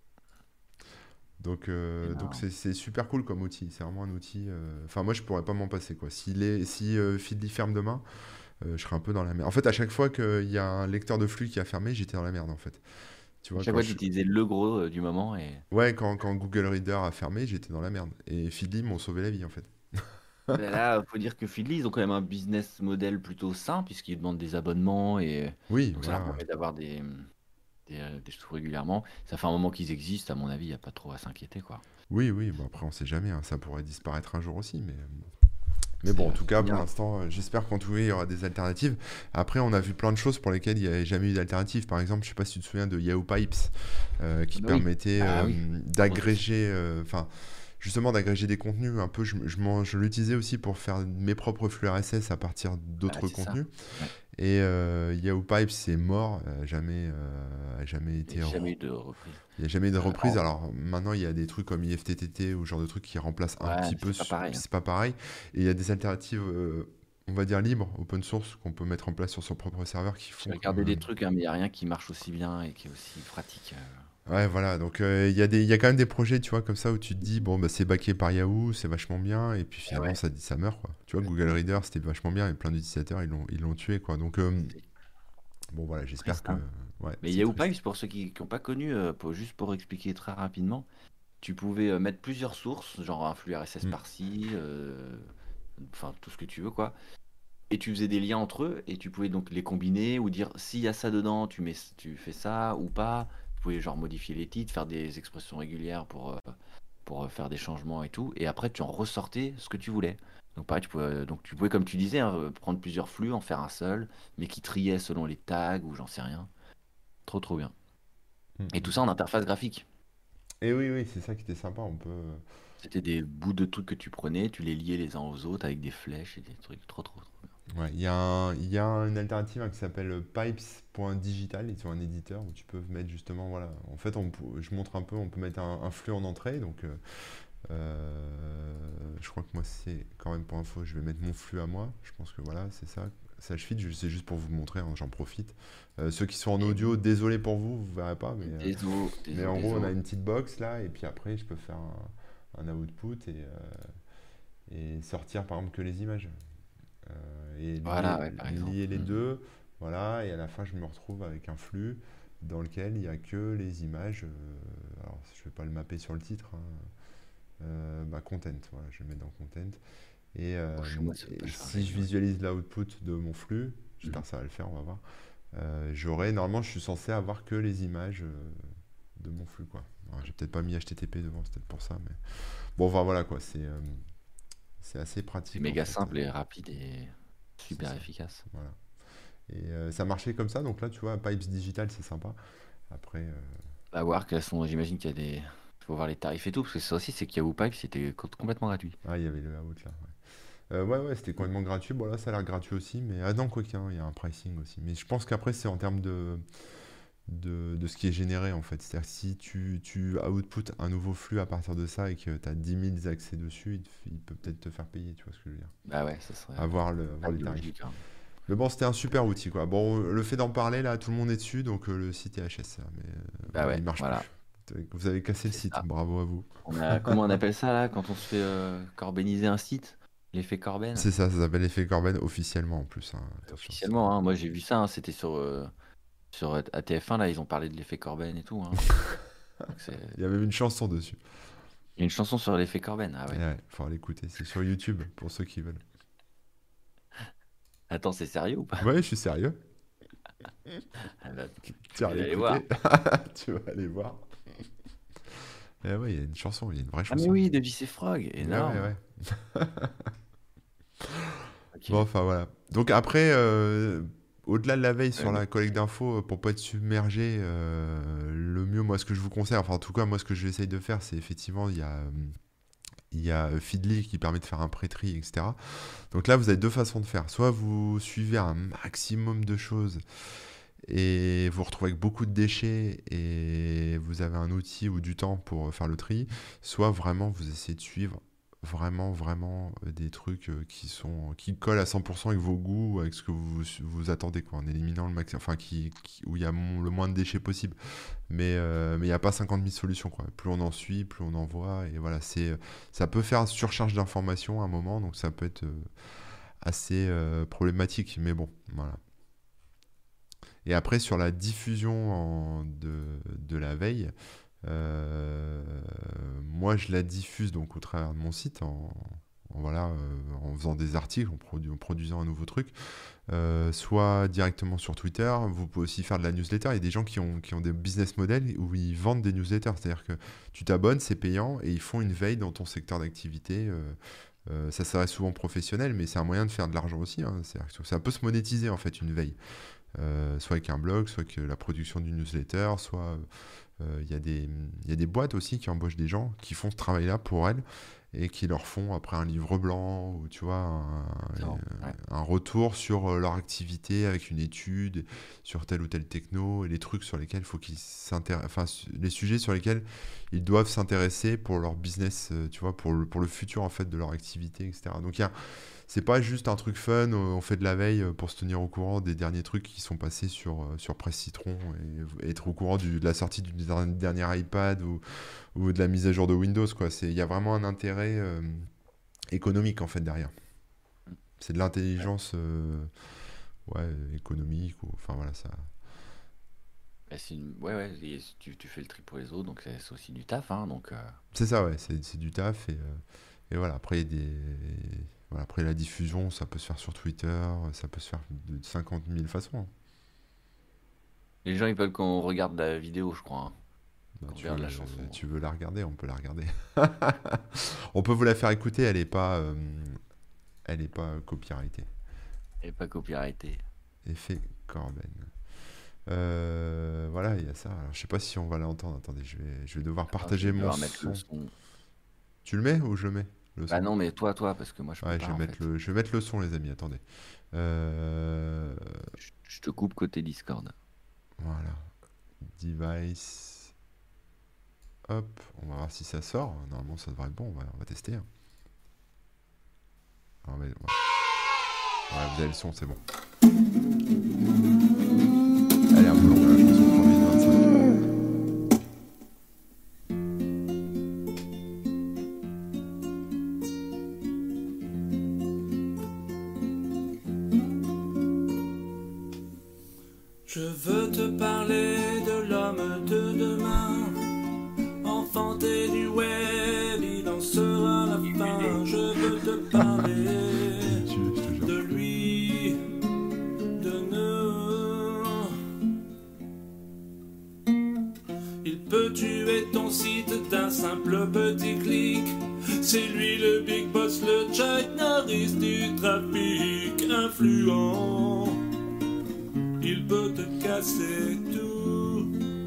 Donc, Et euh, donc ben, c'est c'est super cool comme outil. C'est vraiment un outil. euh, Enfin, moi, je pourrais pas m'en passer, quoi. S'il est, si euh, Feedly ferme demain, euh, je serais un peu dans la merde. En fait, à chaque fois qu'il y a un lecteur de flux qui a fermé, j'étais dans la merde, en fait. Tu à vois, chaque quand fois, tu je... utilisais le gros euh, du moment et. Ouais, quand, quand Google Reader a fermé, j'étais dans la merde. Et Feedly m'ont sauvé la vie, en fait. Ben là, faut dire que Feedly, ils ont quand même un business model plutôt sain, puisqu'ils demandent des abonnements et Oui, donc ça leur voilà. permet d'avoir des, des, euh, des sous régulièrement. Ça fait un moment qu'ils existent, à mon avis, il n'y a pas trop à s'inquiéter, quoi. Oui, oui. Bon, après, on sait jamais, hein, ça pourrait disparaître un jour aussi, mais. Mais C'est bon, en euh, tout cas, pour bien. l'instant, euh, j'espère qu'en tout cas, il y aura des alternatives. Après, on a vu plein de choses pour lesquelles il n'y avait jamais eu d'alternative. Par exemple, je sais pas si tu te souviens de Yahoo Pipes, euh, qui Ben oui. permettait Ah euh, oui, gros outil. d'agréger, euh, enfin, justement d'agréger des contenus. Un peu, je, je m'en- je l'utilisais aussi pour faire mes propres flux R S S à partir Bah, d'autres c'est ça. contenus. Ouais. Et euh, Yahoo Pipes, c'est mort, euh, jamais, euh, a jamais Il n'y été. a jamais re- eu de reprise. Il n'y a jamais eu de Euh, reprise. en- Alors maintenant, il y a des trucs comme I F T T T ou ce genre de trucs qui remplacent un Ouais, petit peu, c'est pas su- pareil, hein. c'est pas pareil. Et il y a des alternatives, euh, on va dire libres, open source, qu'on peut mettre en place sur son propre serveur qui J'ai font que. regardé des trucs, hein, mais il n'y a rien qui marche aussi bien et qui est aussi pratique. euh. Ouais, voilà. Donc euh, il y a des, il y a quand même des projets, tu vois, comme ça où tu te dis, bon, bah, c'est backé par Yahoo, c'est vachement bien. Et puis Eh finalement, ouais, ça, ça meurt, quoi. Tu vois, Google Reader, c'était vachement bien et plein d'utilisateurs, ils l'ont, ils l'ont tué, quoi. Donc euh, c'est bon, voilà, j'espère triste, que. hein. Ouais, Mais c'est Yahoo triste. Pipes, pour ceux qui n'ont pas connu, euh, pour- juste pour expliquer très rapidement, tu pouvais euh, mettre plusieurs sources, genre un flux R S S Mm. par-ci, euh, enfin tout ce que tu veux, quoi. Et tu faisais des liens entre eux et tu pouvais donc les combiner ou dire s'il y a ça dedans, tu mets, tu fais ça ou pas. Tu pouvais genre modifier les titres, faire des expressions régulières pour, euh, pour euh, faire des changements et tout. Et après, tu en ressortais ce que tu voulais. Donc pareil, tu pouvais, donc tu pouvais comme tu disais, hein, prendre plusieurs flux, en faire un seul, mais qui triait selon les tags ou j'en sais rien. Trop trop bien. Mm, Et mm. tout ça en interface graphique. Et oui, oui, c'est ça qui était sympa. On peut. C'était des bouts de trucs que tu prenais, tu les liais les uns aux autres avec des flèches et des trucs trop trop trop bien. Ouais, il y a un- il y a une alternative, hein, qui s'appelle pipes.digital. Ils ont un éditeur où tu peux mettre justement, voilà. En fait, on peut- je montre un peu, on peut mettre un, un flux en entrée. Donc, euh, euh, je crois que moi, c'est quand même pour info, je vais mettre mon flux à moi. Je pense que voilà, c'est ça. Sage feed, je- c'est juste pour vous montrer, hein, j'en profite. Euh, ceux qui sont en Et audio, désolé pour vous, vous verrez pas, mais, euh, désolé, mais désolé, en gros, on a désolé. une petite box là, et puis après, je peux faire un, un output et, euh, et sortir par exemple que les images. Euh, et Voilà, lier, ouais, par exemple. lier les Mhm. deux, voilà, et à la fin je me retrouve avec un flux dans lequel il n'y a que les images. euh, alors je ne vais pas le mapper sur le titre, hein, euh, bah, content, voilà, je vais mettre dans content. Et, Bon, euh, chez moi, ça veut pas et charger, si je mais ouais. visualise l'output de mon flux, j'espère Mhm. que ça va le faire, on va voir. Euh, j'aurai, normalement je suis censé avoir que les images euh, de mon flux, quoi. Alors, j'ai peut-être pas mis H T T P devant, c'est peut-être pour ça, mais bon, enfin voilà quoi, c'est euh, c'est assez C'est pratique en méga fait. simple et rapide et C'est super ça. efficace. Voilà. Et euh, ça marchait comme ça, donc là, tu vois, Pipes Digital, c'est sympa. Après, euh, À voir quels sont, j'imagine qu'il y a des. Il faut voir les tarifs et tout, parce que ça aussi, c'est qu'il y a Whoopike, c'était co- complètement gratuit. ah, il y avait le out là. Ouais, Euh, ouais, ouais, c'était complètement gratuit. Bon, là, ça a l'air gratuit aussi, mais ah non, quoi qu'il y a, il y a un pricing aussi. Mais je pense qu'après, c'est en termes de, de, de ce qui est généré en fait. C'est-à-dire, si tu, tu output un nouveau flux à partir de ça et que tu as dix mille accès dessus, il, te- il peut peut-être te faire payer, tu vois ce que je veux dire. Bah ouais, ça serait Avoir le, pas avoir les tarifs. logique, hein. Mais bon, c'était un super outil, quoi. Bon, le fait d'en parler, là, tout le monde est dessus, donc euh, le site est H S, ça, mais euh, Bah voilà, il ouais, marche voilà, plus. Vous avez cassé le c'est site, ça. bravo à vous. On a, comment on appelle ça là, quand on se fait euh, corbéniser un site? L'effet Corben? C'est ça, ça s'appelle l'effet Corben officiellement en plus, hein. Attention, c'est. Officiellement, hein, moi j'ai vu ça, hein, c'était sur, euh, sur euh, A T F un, là, ils ont parlé de l'effet Corben et tout, hein. Donc c'est- Il y a même une chanson dessus. Il y a une chanson sur l'effet Corben, ah Et ouais. ouais, faut aller l'écouter. C'est sur YouTube pour ceux qui veulent. Attends, c'est sérieux ou pas? Ouais, je suis sérieux. Ah bah, Tu vas je vais aller l'écouter. voir. Tu vas aller voir. Eh ouais, il y a une chanson, il y a une vraie Ah mais chanson. oui, de J C Frog, Ouais, ouais, énorme. ouais. Ok. Bon, enfin voilà. Donc après, euh, au-delà de la veille sur Euh, la collecte d'infos, euh, pour pas être submergé, euh, le mieux, moi, ce que je vous conseille, enfin en tout cas, moi, ce que j'essaye de faire, c'est effectivement, il y a, euh, il y a Feedly qui permet de faire un pré-tri, et cetera. Donc là, vous avez deux façons de faire. Soit vous suivez un maximum de choses et vous vous retrouvez avec beaucoup de déchets et vous avez un outil ou du temps pour faire le tri, soit vraiment vous essayez de suivre vraiment vraiment euh, des trucs euh, qui sont qui collent à cent pour cent avec vos goûts, avec ce que vous vous attendez quoi, en éliminant le maximum, enfin qui, qui- où il y a mon- le moins de déchets possible. Mais euh, mais il n'y a pas cinquante mille solutions quoi. Plus on en suit, plus on en voit et voilà, c'est ça peut faire surcharge d'informations à un moment, donc ça peut être euh, assez euh, problématique. Mais bon, voilà. Et après, sur la diffusion en- de, de la veille, euh, moi je la diffuse donc au travers de mon site en, en, voilà, euh, en faisant des articles, en, produ- en produisant un nouveau truc, euh, soit directement sur Twitter. Vous pouvez aussi faire de la newsletter. Il y a des gens qui ont, qui ont des business models où ils vendent des newsletters, c'est-à-dire que tu t'abonnes, c'est payant et ils font une veille dans ton secteur d'activité. euh, euh, ça serait souvent professionnel, mais c'est un moyen de faire de l'argent aussi, hein. C'est-à-dire que ça peut se monétiser en fait une veille. Euh, soit avec un blog, soit avec la production d'une newsletter, soit euh, il y a des, il y a des boîtes aussi qui embauchent des gens qui font ce travail-là pour elles et qui leur font après un livre blanc ou tu vois un, non, ouais. un retour sur euh, leur activité avec une étude sur telle ou telle techno et les trucs sur lesquels il faut qu'ils s'intéressent, enfin su- les sujets sur lesquels ils doivent s'intéresser pour leur business, euh, tu vois, pour le, pour le futur en fait de leur activité, et cetera. Donc il y a c'est pas juste un truc fun, euh, on fait de la veille euh, pour se tenir au courant des derniers trucs qui sont passés sur, euh, sur Presse Citron et, et être au courant du- de la sortie du der- dernier iPad ou, ou de la mise à jour de Windows, quoi. C'est, il y a vraiment un intérêt euh, économique en fait derrière. C'est de Ouais. l'intelligence euh, ouais, économique, ou, enfin voilà, ça. Bah, c'est une- ouais, ouais, et tu, tu fais le tri pour les autres, donc c'est c'est aussi du taf, hein, donc euh, C'est ça, ouais, c'est, c'est du taf et, euh, et voilà, après, il y a des. Voilà, après la diffusion, ça peut se faire sur Twitter, ça peut se faire de cinquante mille façons, hein. les gens ils veulent qu'on regarde la vidéo, je crois, hein, Bah, qu'on tu regarde veux, la chanson. tu veux la regarder, on peut la regarder. On peut vous la faire écouter, elle est pas, euh, elle est pas copyrightée. Et pas copyrighté. Effet Corben. Euh, voilà, il y a ça. Alors, je sais pas si on va l'entendre. Attendez, je vais, je vais devoir Attends, je partager vais mon devoir mettre le son. son. Tu le mets ou je le mets, le Bah son? non, mais toi, toi, parce que moi je peux Ouais, je pas vais en mettre fait. le, je vais mettre le son, les amis. Attendez. Euh, Je, je te coupe côté Discord. voilà. Device. Hop, on va voir si ça sort. Normalement, ça devrait être bon. On va, on va tester, hein. Alors, mais- ouais. Ouais, vous avez le son, c'est bon. Elle est un peu longue, la chanson, trois minutes vingt-cinq. Je veux te parler de l'homme de demain, enfanté du web, il en sera la fin. Je veux te parler Tu, je te jure. de lui, de nous. Il peut tuer ton site d'un simple petit clic. C'est lui le big boss, le Chuck Norris du trafic influent. Il peut te casser tout.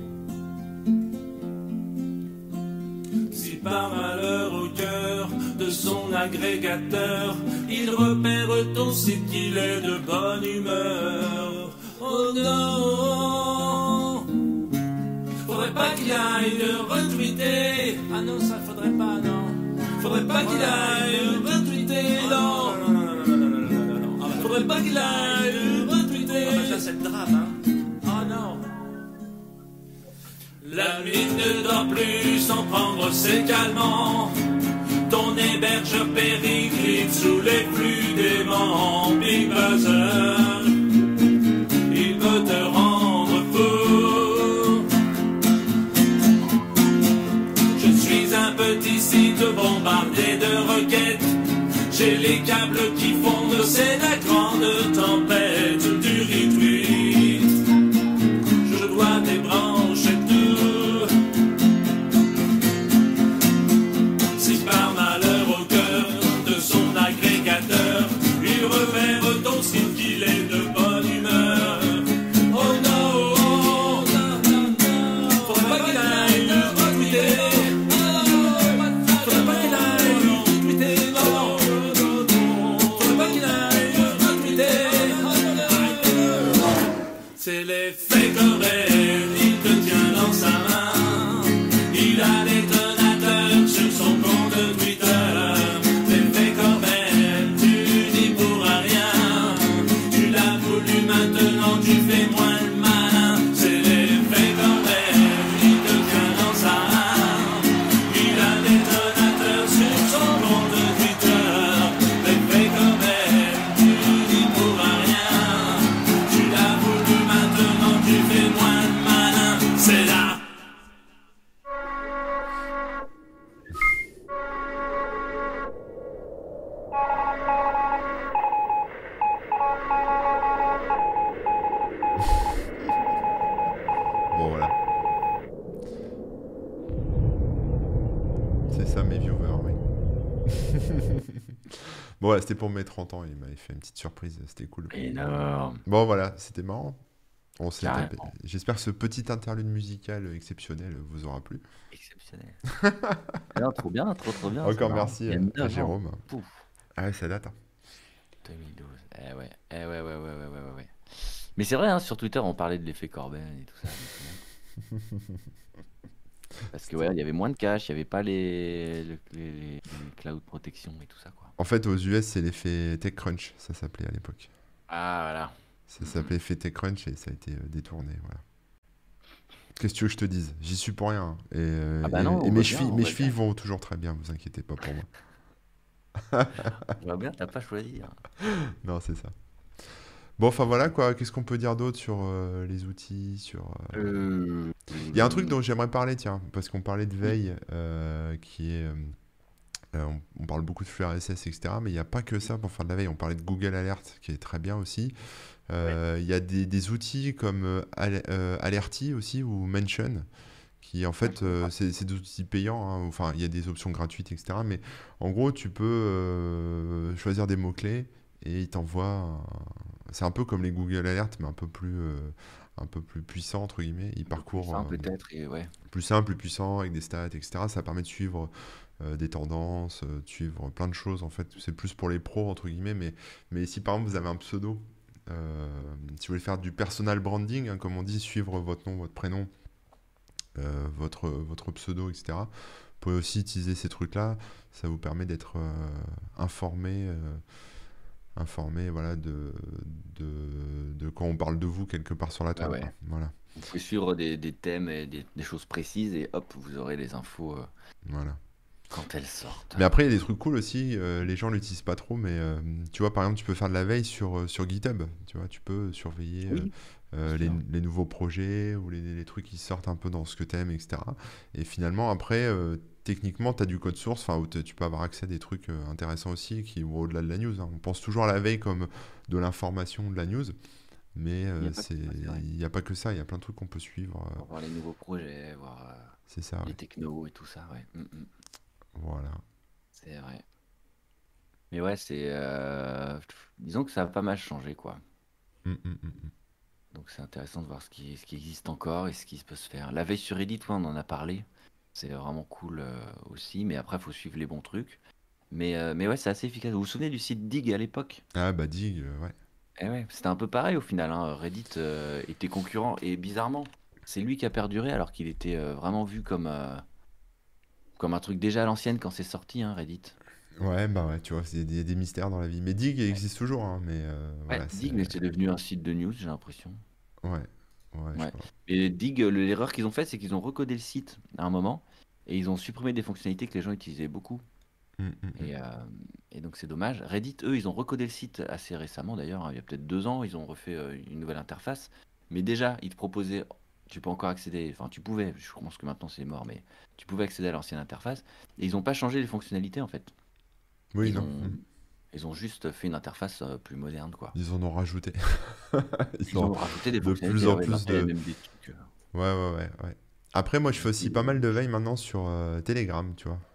Si par malheur au cœur de son agrégateur, il repère ton site qu'il est de bonne humeur. Oh non, faudrait pas qu'il aille le retweeter. Ah non, ça faudrait pas, non. Faudrait pas qu'il aille le retweeter, non. Non, non, non, non, non, non, non, non, non. Faudrait pas qu'il aille le retweeter. Ah bah ça c'est le drame, hein. Oh non. La nuit ne dort plus sans prendre ses calmants. Ton hébergeur périclite sous les flux déments. Big Buzzer, il peut te rendre fou. Je suis un petit site bombardé de requêtes. J'ai les câbles qui fondent, c'est la grande tempête. Corbel, il te tient dans sa main. Il a des donateurs sur son compte Twitter. L'effet Corbel, tu n'y pourras rien. Tu l'as voulu, maintenant tu fais moins le malin. C'est l'effet Corbel, il te tient dans sa main. Il a des donateurs sur son compte Twitter. L'effet Corbel, tu n'y pourras rien. Tu l'as voulu, maintenant tu fais moins le malin. C'est là. Bon, voilà. C'est ça, mes viewers, oui. Bon, voilà, c'était pour mes trente ans. Il m'avait fait une petite surprise. C'était cool. Énorme. Bon, voilà, c'était marrant. On s'est Carrément. tapé. J'espère que ce petit interlude musical exceptionnel vous aura plu. Exceptionnel. Non, trop bien, trop trop bien. Encore c'est marrant. merci Il y a à, neuf à ans. Jérôme. Pouf. Ah ouais, ça date. Hein. deux mille douze. Eh ouais, eh ouais, ouais, ouais, ouais, ouais, ouais, ouais. Mais c'est vrai, hein, sur Twitter, on parlait de l'effet Corbin et tout ça. je me souviens. Parce que ouais, il y avait moins de cache, il n'y avait pas les, le- les, les- les cloud protection et tout ça, quoi. En fait, aux U S, c'est l'effet TechCrunch, ça s'appelait à l'époque. Ah, voilà. Ça s'appelait effet TechCrunch et ça a été euh, détourné, voilà. Qu'est-ce que tu veux que je te dise? J'y suis pour rien. hein. Et, euh, Ah bah et- non, et on mes voit bien, chevilles, on mes voit chevilles bien. vont toujours très bien, vous inquiétez pas pour moi. Je vois bien, t'as pas choisi. hein. Non, c'est ça. Bon, enfin voilà quoi, qu'est-ce qu'on peut dire d'autre sur euh, les outils, sur... euh, Euh... Il y a un truc dont j'aimerais parler, tiens, parce qu'on parlait de veille, euh, qui est... euh, euh, on, on parle beaucoup de flux R S S, et cetera, mais il n'y a pas que ça pour faire de la veille. On parlait de Google Alert, qui est très bien aussi. Euh, Il y a des, des outils comme euh, Al- euh, Alerty aussi, ou Mention, qui en fait, euh, c'est c'est des outils payants. hein. Enfin, il y a des options gratuites, et cetera. Mais en gros, tu peux euh, choisir des mots-clés et il t'envoie... un- C'est un peu comme les Google Alert, mais un peu plus, euh, un peu plus puissant, entre guillemets. Il parcourt... Ça, euh, peut-être, et ouais. plus simple, plus puissant, avec des stats, et cetera. Ça permet de suivre euh, des tendances, euh, de suivre plein de choses, en fait. C'est plus pour les pros, entre guillemets, mais, mais si par exemple vous avez un pseudo, euh, si vous voulez faire du personal branding, hein, comme on dit, suivre votre nom, votre prénom, euh, votre, votre pseudo, et cetera. Vous pouvez aussi utiliser ces trucs-là. Ça vous permet d'être euh, informé, euh, informé voilà, de, de, de quand on parle de vous quelque part sur la Ah toile. ouais. quoi. Voilà. Vous pouvez suivre des, des thèmes et des, des choses précises et hop, vous aurez les infos euh, Voilà. quand elles sortent. Mais après, il y a des trucs cool aussi. euh, les gens l'utilisent pas trop, mais euh, tu vois, par exemple, tu peux faire de la veille sur, euh, sur GitHub. Tu vois, tu peux surveiller euh, Oui, euh, bien les, sûr. les nouveaux projets ou les, les trucs qui sortent un peu dans ce que t'aimes, et cetera. Et finalement, après, euh, techniquement, tu as du code source, enfin, où te- tu peux avoir accès à des trucs euh, intéressants aussi qui vont au-delà de la news. hein. On pense toujours à la veille comme de l'information, de la news, mais Il n'y euh, a pas que c'est, ça, c'est vrai. il n'y a pas que ça. Il y a plein de trucs qu'on peut suivre. euh, Pour voir les nouveaux projets, voir euh, c'est ça, les ouais. technos et tout ça, ouais. Mm, mm. Voilà. C'est vrai. Mais ouais, c'est. euh, Disons que ça a pas mal changé, quoi. Mm, mm, mm, mm. Donc c'est intéressant de voir ce qui, ce qui existe encore et ce qui peut se faire. La veille sur Reddit, ouais, on en a parlé. C'est vraiment cool euh, aussi. Mais après, il faut suivre les bons trucs. Mais, euh, mais ouais, c'est assez efficace. Vous vous souvenez du site Dig à l'époque? Ah, bah, Dig, euh, ouais. Eh ouais, c'était un peu pareil au final. hein. Reddit euh, était concurrent. Et bizarrement, c'est lui qui a perduré alors qu'il était euh, vraiment vu comme, euh, comme un truc déjà à l'ancienne quand c'est sorti, hein, Reddit. Ouais, bah ouais, tu vois, il y a des mystères dans la vie. Mais Dig il existe toujours, hein, mais euh, Ouais, voilà, c'est... Dig, mais c'est devenu un site de news, j'ai l'impression. Ouais, ouais, je Ouais. crois. Et Dig, euh, l'erreur qu'ils ont faite, c'est qu'ils ont recodé le site à un moment et ils ont supprimé des fonctionnalités que les gens utilisaient beaucoup. Mm, mm, mm. Et, euh, et donc c'est dommage. Reddit, eux, ils ont recodé le site assez récemment d'ailleurs, hein, il y a peut-être deux ans, ils ont refait euh, une nouvelle interface. Mais déjà, ils te proposaient, tu peux encore accéder, enfin tu pouvais, je pense que maintenant c'est mort, mais tu pouvais accéder à l'ancienne interface. Et ils n'ont pas changé les fonctionnalités en fait. Oui, Ils non. ont, mm. ils ont juste fait une interface euh, plus moderne, quoi. Ils en ont rajouté. Ils Ils ont ont rajouté des de fonctionnalités, plus en ouais, plus maintenant, il y a de... même des trucs. euh, Ouais, ouais, ouais, ouais. Après, moi, je fais aussi pas mal de veille maintenant sur euh, Telegram, tu vois.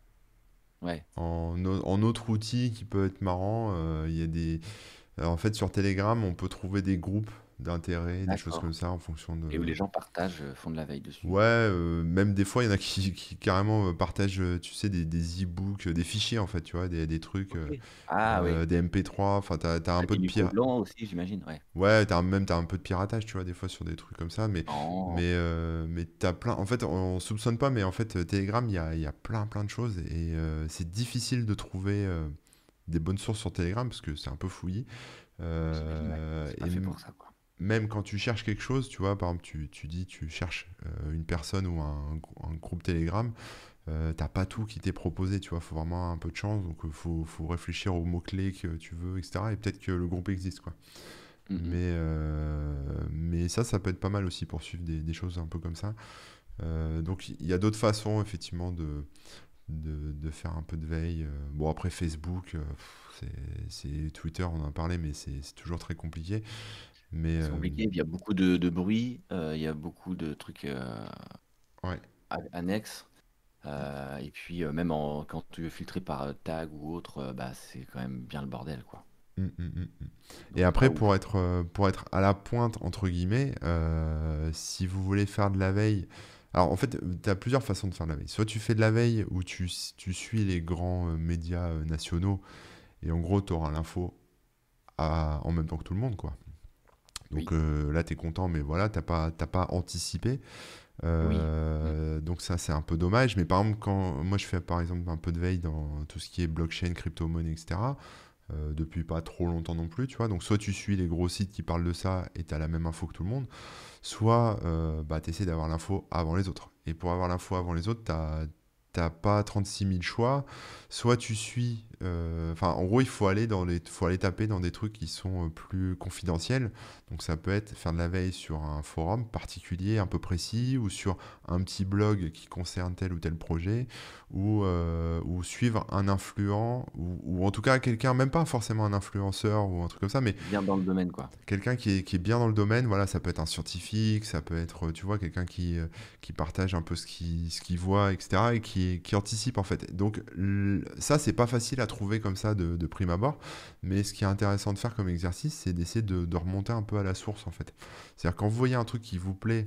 Ouais, En, o- en autre outil qui peut être marrant, euh, il y a des... euh, en fait, sur Telegram, on peut trouver des groupes d'intérêt, des choses comme D'accord. ça en fonction de. Et où les gens partagent, euh, font de la veille dessus. Ouais, euh, même des fois, il y en a qui, qui carrément euh, partagent, euh, tu sais, des, des e-books, euh, des fichiers en fait, tu vois, des, des trucs, Ok. euh, Ah oui. euh, des M P trois, enfin, t'as, t'as un Ah, peu des de livres pire. blancs aussi, j'imagine. Ouais. Ouais, t'as, même t'as un peu de piratage, tu vois, des fois sur des trucs comme ça, mais, Non. mais, euh, mais t'as plein. En fait, on soupçonne pas, mais en fait, euh, Telegram, il y a, il y a plein, plein de choses et euh, c'est difficile de trouver euh, des bonnes sources sur Telegram parce que c'est un peu fouillis. J'imagine, ouais. Euh, C'est pas et fait m- pour ça, quoi. même quand tu cherches quelque chose, tu vois, par exemple, tu, tu dis, tu cherches euh, une personne ou un, un groupe Telegram, euh, t'as pas tout qui t'est proposé, tu vois, faut vraiment un peu de chance, donc il faut, faut réfléchir aux mots-clés que tu veux, et cetera. Et peut-être que le groupe existe, quoi. Mm, mm. Mais, euh, mais ça, ça peut être pas mal aussi pour suivre des, des choses un peu comme ça. Euh, donc il y a d'autres façons, effectivement, de, de, de faire un peu de veille. Euh, Bon, après Facebook, euh, pff, c'est c'est Twitter, on en a parlé, mais c'est c'est toujours très compliqué. Mais C'est euh, compliqué. Il y a beaucoup de, de bruit. euh, il y a beaucoup de trucs euh, ouais. a- annexes. euh, et puis, euh, même en, quand tu veux filtrer par euh, tag ou autre, euh, bah, c'est quand même bien le bordel, quoi. Mm, mm, mm, mm. Et Donc, après, pas pour ouf. être, euh, pour être à la pointe, entre guillemets, euh, si vous voulez faire de la veille. Alors, en fait, tu as plusieurs façons de faire de la veille. Soit tu fais de la veille où tu, tu suis les grands euh, médias euh, nationaux et en gros, tu auras l'info à- en même temps que tout le monde, quoi. Donc Oui. euh, là, tu es content, mais voilà, t'as pas, t'as pas anticipé. Oui. Mm. Euh, donc ça, c'est un peu dommage. Mais par exemple, quand moi, je fais par exemple un peu de veille dans tout ce qui est blockchain, crypto-monnaie, et cetera euh, depuis pas trop longtemps non plus, tu vois. Donc soit tu suis les gros sites qui parlent de ça et tu as la même info que tout le monde, soit euh, bah, tu essaies d'avoir l'info avant les autres. Et pour avoir l'info avant les autres, t'as t'as pas trente-six mille choix. Soit tu suis, euh, enfin en gros il faut aller dans les, faut aller taper dans des trucs qui sont euh, plus confidentiels. Donc ça peut être faire de la veille sur un forum particulier, un peu précis, ou sur un petit blog qui concerne tel ou tel projet, ou, euh, ou suivre un influent, ou, ou en tout cas quelqu'un, même pas forcément un influenceur ou un truc comme ça, mais Bien dans le domaine, quoi. quelqu'un qui est, qui est bien dans le domaine. Voilà, ça peut être un scientifique, ça peut être, tu vois, quelqu'un qui, euh, qui partage un peu ce qu'il ce qu'il voit, et cetera, et qui, qui anticipe en fait. Donc l- ça, c'est pas facile à trouver comme ça de, de prime abord, mais ce qui est intéressant de faire comme exercice, c'est d'essayer de, de remonter un peu à la source en fait. C'est-à-dire quand vous voyez un truc qui vous plaît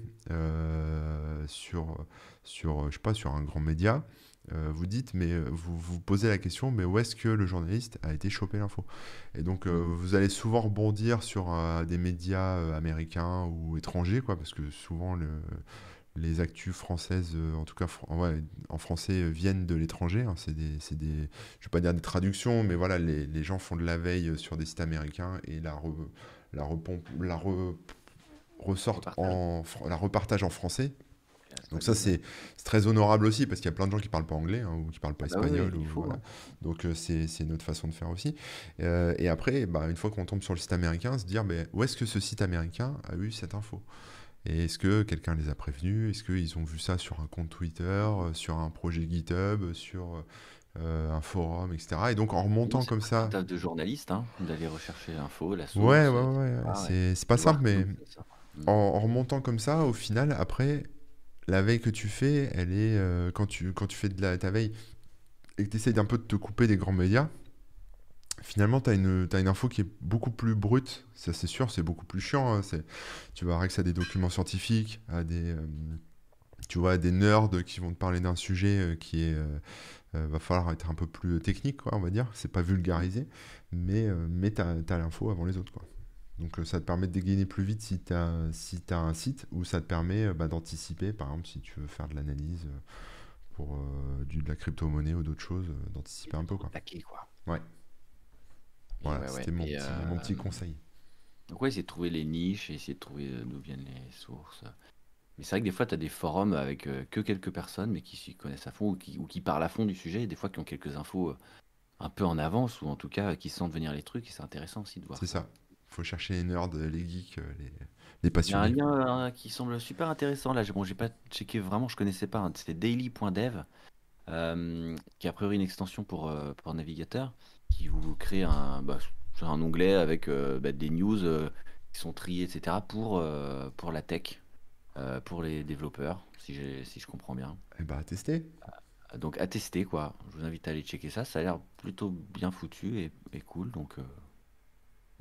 euh, sur, sur, je sais pas, sur un grand média, euh, vous dites, mais euh, vous vous posez la question, mais où est-ce que le journaliste a été choper l'info? Et donc, euh, Mm. vous allez souvent rebondir sur euh, des médias euh, américains ou étrangers, quoi, parce que souvent le- les actus françaises, euh, en tout cas fr- ouais, en français, euh, viennent de l'étranger. Hein. C'est des, c'est des, je vais pas dire des traductions, mais voilà, les, les gens font de la veille euh, sur des sites américains et la, re- la, repompe- la re- ressortent Repartage. en, fr- la repartagent en français. Et la Donc ça, traduisent, ouais. c'est c'est très honorable aussi, parce qu'il y a plein de gens qui parlent pas anglais, hein, ou qui parlent pas Ah bah oui, oui, espagnol, ou il faut, voilà. hein. Donc euh, c'est c'est une autre façon de faire aussi. Euh, et après, bah, une fois qu'on tombe sur le site américain, se dire, ben, où est-ce que ce site américain a eu cette info? Et est-ce que quelqu'un les a prévenus? Est-ce qu'ils ont vu ça sur un compte Twitter, euh, sur un projet GitHub, sur euh, un forum, et cetera. Et donc en Oui, remontant c'est comme presque un ça, taf de journaliste, hein, d'aller rechercher l'info, la ouais, ouais, source, ouais, euh, ouais, ouais, et cetera, ouais. c'est c'est pas Et voir simple, d'où mais ça sort. Mm. en, en remontant comme ça, au final, après, la veille que tu fais, elle est euh, quand tu quand tu fais de la, ta veille et que tu essayes d'un peu de te couper des grands médias, finalement, tu as une, t'as une info qui est beaucoup plus brute. Ça, c'est sûr, c'est beaucoup plus chiant. Hein. C'est, tu vas avoir accès à des documents scientifiques, à des, euh, tu vois, à des nerds qui vont te parler d'un sujet euh, qui est, euh, euh, va falloir être un peu plus technique, quoi, on va dire. C'est pas Mm. vulgarisé, mais, euh, mais tu as, l'info avant les autres, quoi. Donc euh, ça te permet de dégainer plus vite si tu as, si t'as un site, ou ça te permet euh, bah, d'anticiper, par exemple, si tu veux faire de l'analyse euh, pour euh, du, de la crypto-monnaie ou d'autres choses, euh, Et d'anticiper un peu, d'être au quoi. taquet, quoi. Ouais. Et Voilà, ouais, ouais. c'était mon Et petit, mon euh, petit conseil. donc ouais, essayer de trouver les niches, essayer de trouver euh, d'où viennent les sources. Mais c'est vrai que des fois, tu as des forums avec euh, que quelques personnes, mais qui s'y connaissent à fond ou qui, ou qui parlent à fond du sujet, et des fois qui ont quelques infos euh, un peu en avance, ou en tout cas euh, qui sentent venir les trucs, et c'est intéressant aussi de voir C'est ça. ça. Faut chercher les nerds, les geeks, euh, les, les Il y a un passionnés. lien euh, qui semble super intéressant là. J'ai- Bon, j'ai pas checké vraiment, je connaissais pas, hein. C'était daily point dev, euh, qui est a priori une extension pour, euh, pour navigateur, qui vous crée un, bah, c'est un onglet avec euh, bah, des news euh, qui sont triées, et cetera, pour, euh, pour la tech, euh, pour les développeurs, si j'ai, si je comprends bien. Eh bah, à tester. Donc à tester quoi. Je vous invite à aller checker ça. Ça a l'air plutôt bien foutu et, et cool. Donc euh,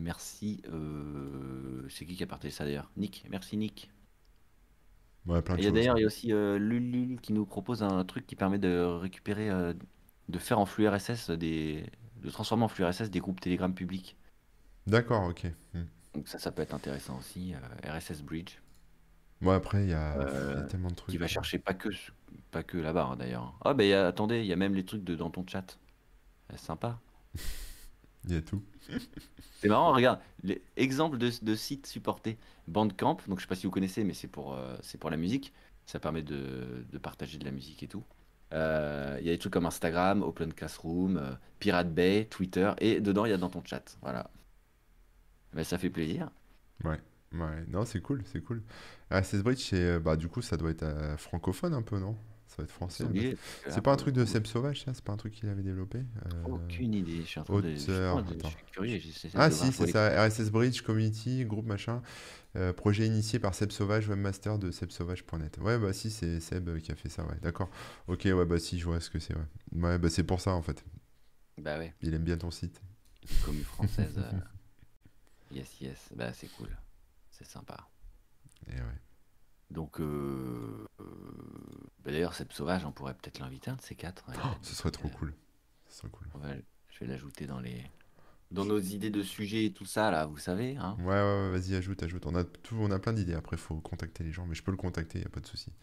Merci. euh, C'est qui qui a partagé ça d'ailleurs? Nick. Merci Nick. Ouais, plein Et de il y a choses. d'ailleurs, il y a aussi euh, Lulul qui nous propose un truc qui permet de récupérer, euh, de faire en flux R S S des, de transformer en flux R S S des groupes Telegram publics. D'accord, ok. Hmm. Donc ça, ça peut être intéressant aussi. euh, R S S Bridge, Bon, après, il y a, il y a euh, tellement de qui trucs, va quoi. chercher pas que, ce- pas que là-bas hein, d'ailleurs. Ah ben il y a- attendez, il y a même les trucs de dans ton chat. C'est sympa. Il y a tout. C'est marrant, regarde, les exemples de, de sites supportés. Bandcamp, donc je sais pas si vous connaissez, mais c'est pour, euh, c'est pour la musique. Ça permet de, de partager de la musique et tout. Euh, Il y a des trucs comme Instagram, Open Classroom, euh, Pirate Bay, Twitter, et dedans il y a dans ton chat. Voilà. Ben, ça fait plaisir. Ouais, ouais. Non, c'est cool, c'est cool. R S S Bridge, c'est, euh, bah, du coup, ça doit être euh, francophone un peu, non? Ça va être français, C'est un peu. obligé. parce que C'est là, pas un pour le truc de coup, Seb Sauvage, ça? C'est pas un truc qu'il avait développé? Euh, aucune idée. Je suis en train de. Auteur, Justement, de- je attends. suis curieux, j'essaie Ah de voir. si, Je vois c'est les. ça, R S S Bridge, Community, groupe machin, euh, projet initié par Seb Sauvage, webmaster de seb sauvage point net. Ouais, bah si, c'est Seb euh, qui a fait ça, ouais, d'accord. Ok, ouais, bah si, je vois ce que c'est, ouais. Ouais, bah c'est pour ça, en fait. Bah ouais, Il aime bien ton site. commu française. euh, Yes, yes. Bah c'est cool. C'est sympa. Et ouais. Donc, euh, euh, bah, d'ailleurs, Seb Sauvage, on pourrait peut-être l'inviter un de ces quatre. Ouais, il a Ce des serait trucs, trop euh, cool. Ce serait cool. on va- je vais l'ajouter dans les, dans nos idées de sujets et tout ça là, vous savez, hein. Ouais, ouais, ouais, vas-y, ajoute, ajoute. On a tout, on a plein d'idées, après, faut contacter les gens, mais je peux le contacter, y a pas de souci.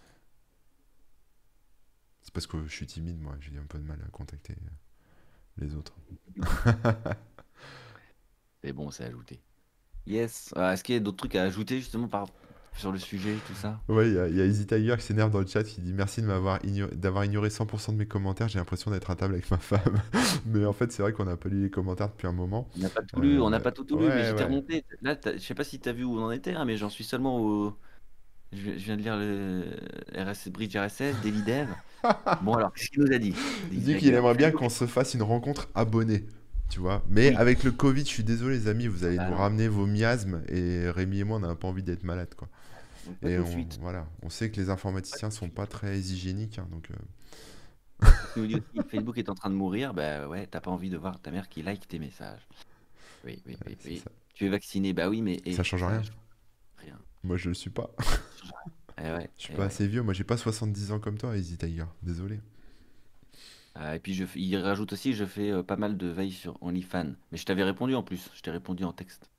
C'est parce que je suis timide, moi, j'ai un peu de mal à contacter euh, les autres. C'est bon, c'est ajouté. Yes. Ah, est-ce qu'il y a d'autres trucs à ajouter justement par sur le sujet, tout ça? Ouais, il y a, il y a Easy Tiger qui s'énerve dans le chat, qui dit merci de m'avoir igno- d'avoir ignoré cent pour cent de mes commentaires, j'ai l'impression d'être à table avec ma femme. Mais en fait, c'est vrai qu'on n'a pas lu les commentaires depuis un moment. On n'a pas tout lu, on n'a Euh, pas tout, tout lu, mais ouais, j'étais ouais. remonté. Là, t'as- je sais pas si tu as vu où on en était, hein, mais j'en suis seulement au. Je viens je viens de lire le R S S Bridge R S S, Daily Dev. Bon, alors, qu'est-ce qu'il nous a dit? Il Daily dit qu'il Tiger. aimerait bien Facebook. qu'on se fasse une rencontre abonnée, tu vois. Mais Oui. avec le Covid, je suis désolé les amis, vous allez Bah nous non, ramener vos miasmes et Rémi et moi, on n'a pas envie d'être malades, quoi. donc pas Et tout de on, suite. voilà, on sait que les Pas informaticiens tout de sont suite. pas très hygiéniques, hein, donc euh, Il nous dit aussi Facebook est en train de mourir. Bah ouais, t'as pas envie de voir ta mère qui like tes messages. Oui, oui, oui, c'est oui. ça. Tu es vacciné, bah oui, mais Ça et change ça rien. change rien. Moi, je le suis pas. Ça change rien. Eh ouais, Je suis eh pas ouais. assez vieux. Moi, j'ai pas soixante-dix ans comme toi, Easy Tiger. Désolé. Ah, et puis je, fais- il rajoute aussi, je fais euh, pas mal de veille sur OnlyFans. Mais je t'avais répondu en plus, je t'ai répondu en texte.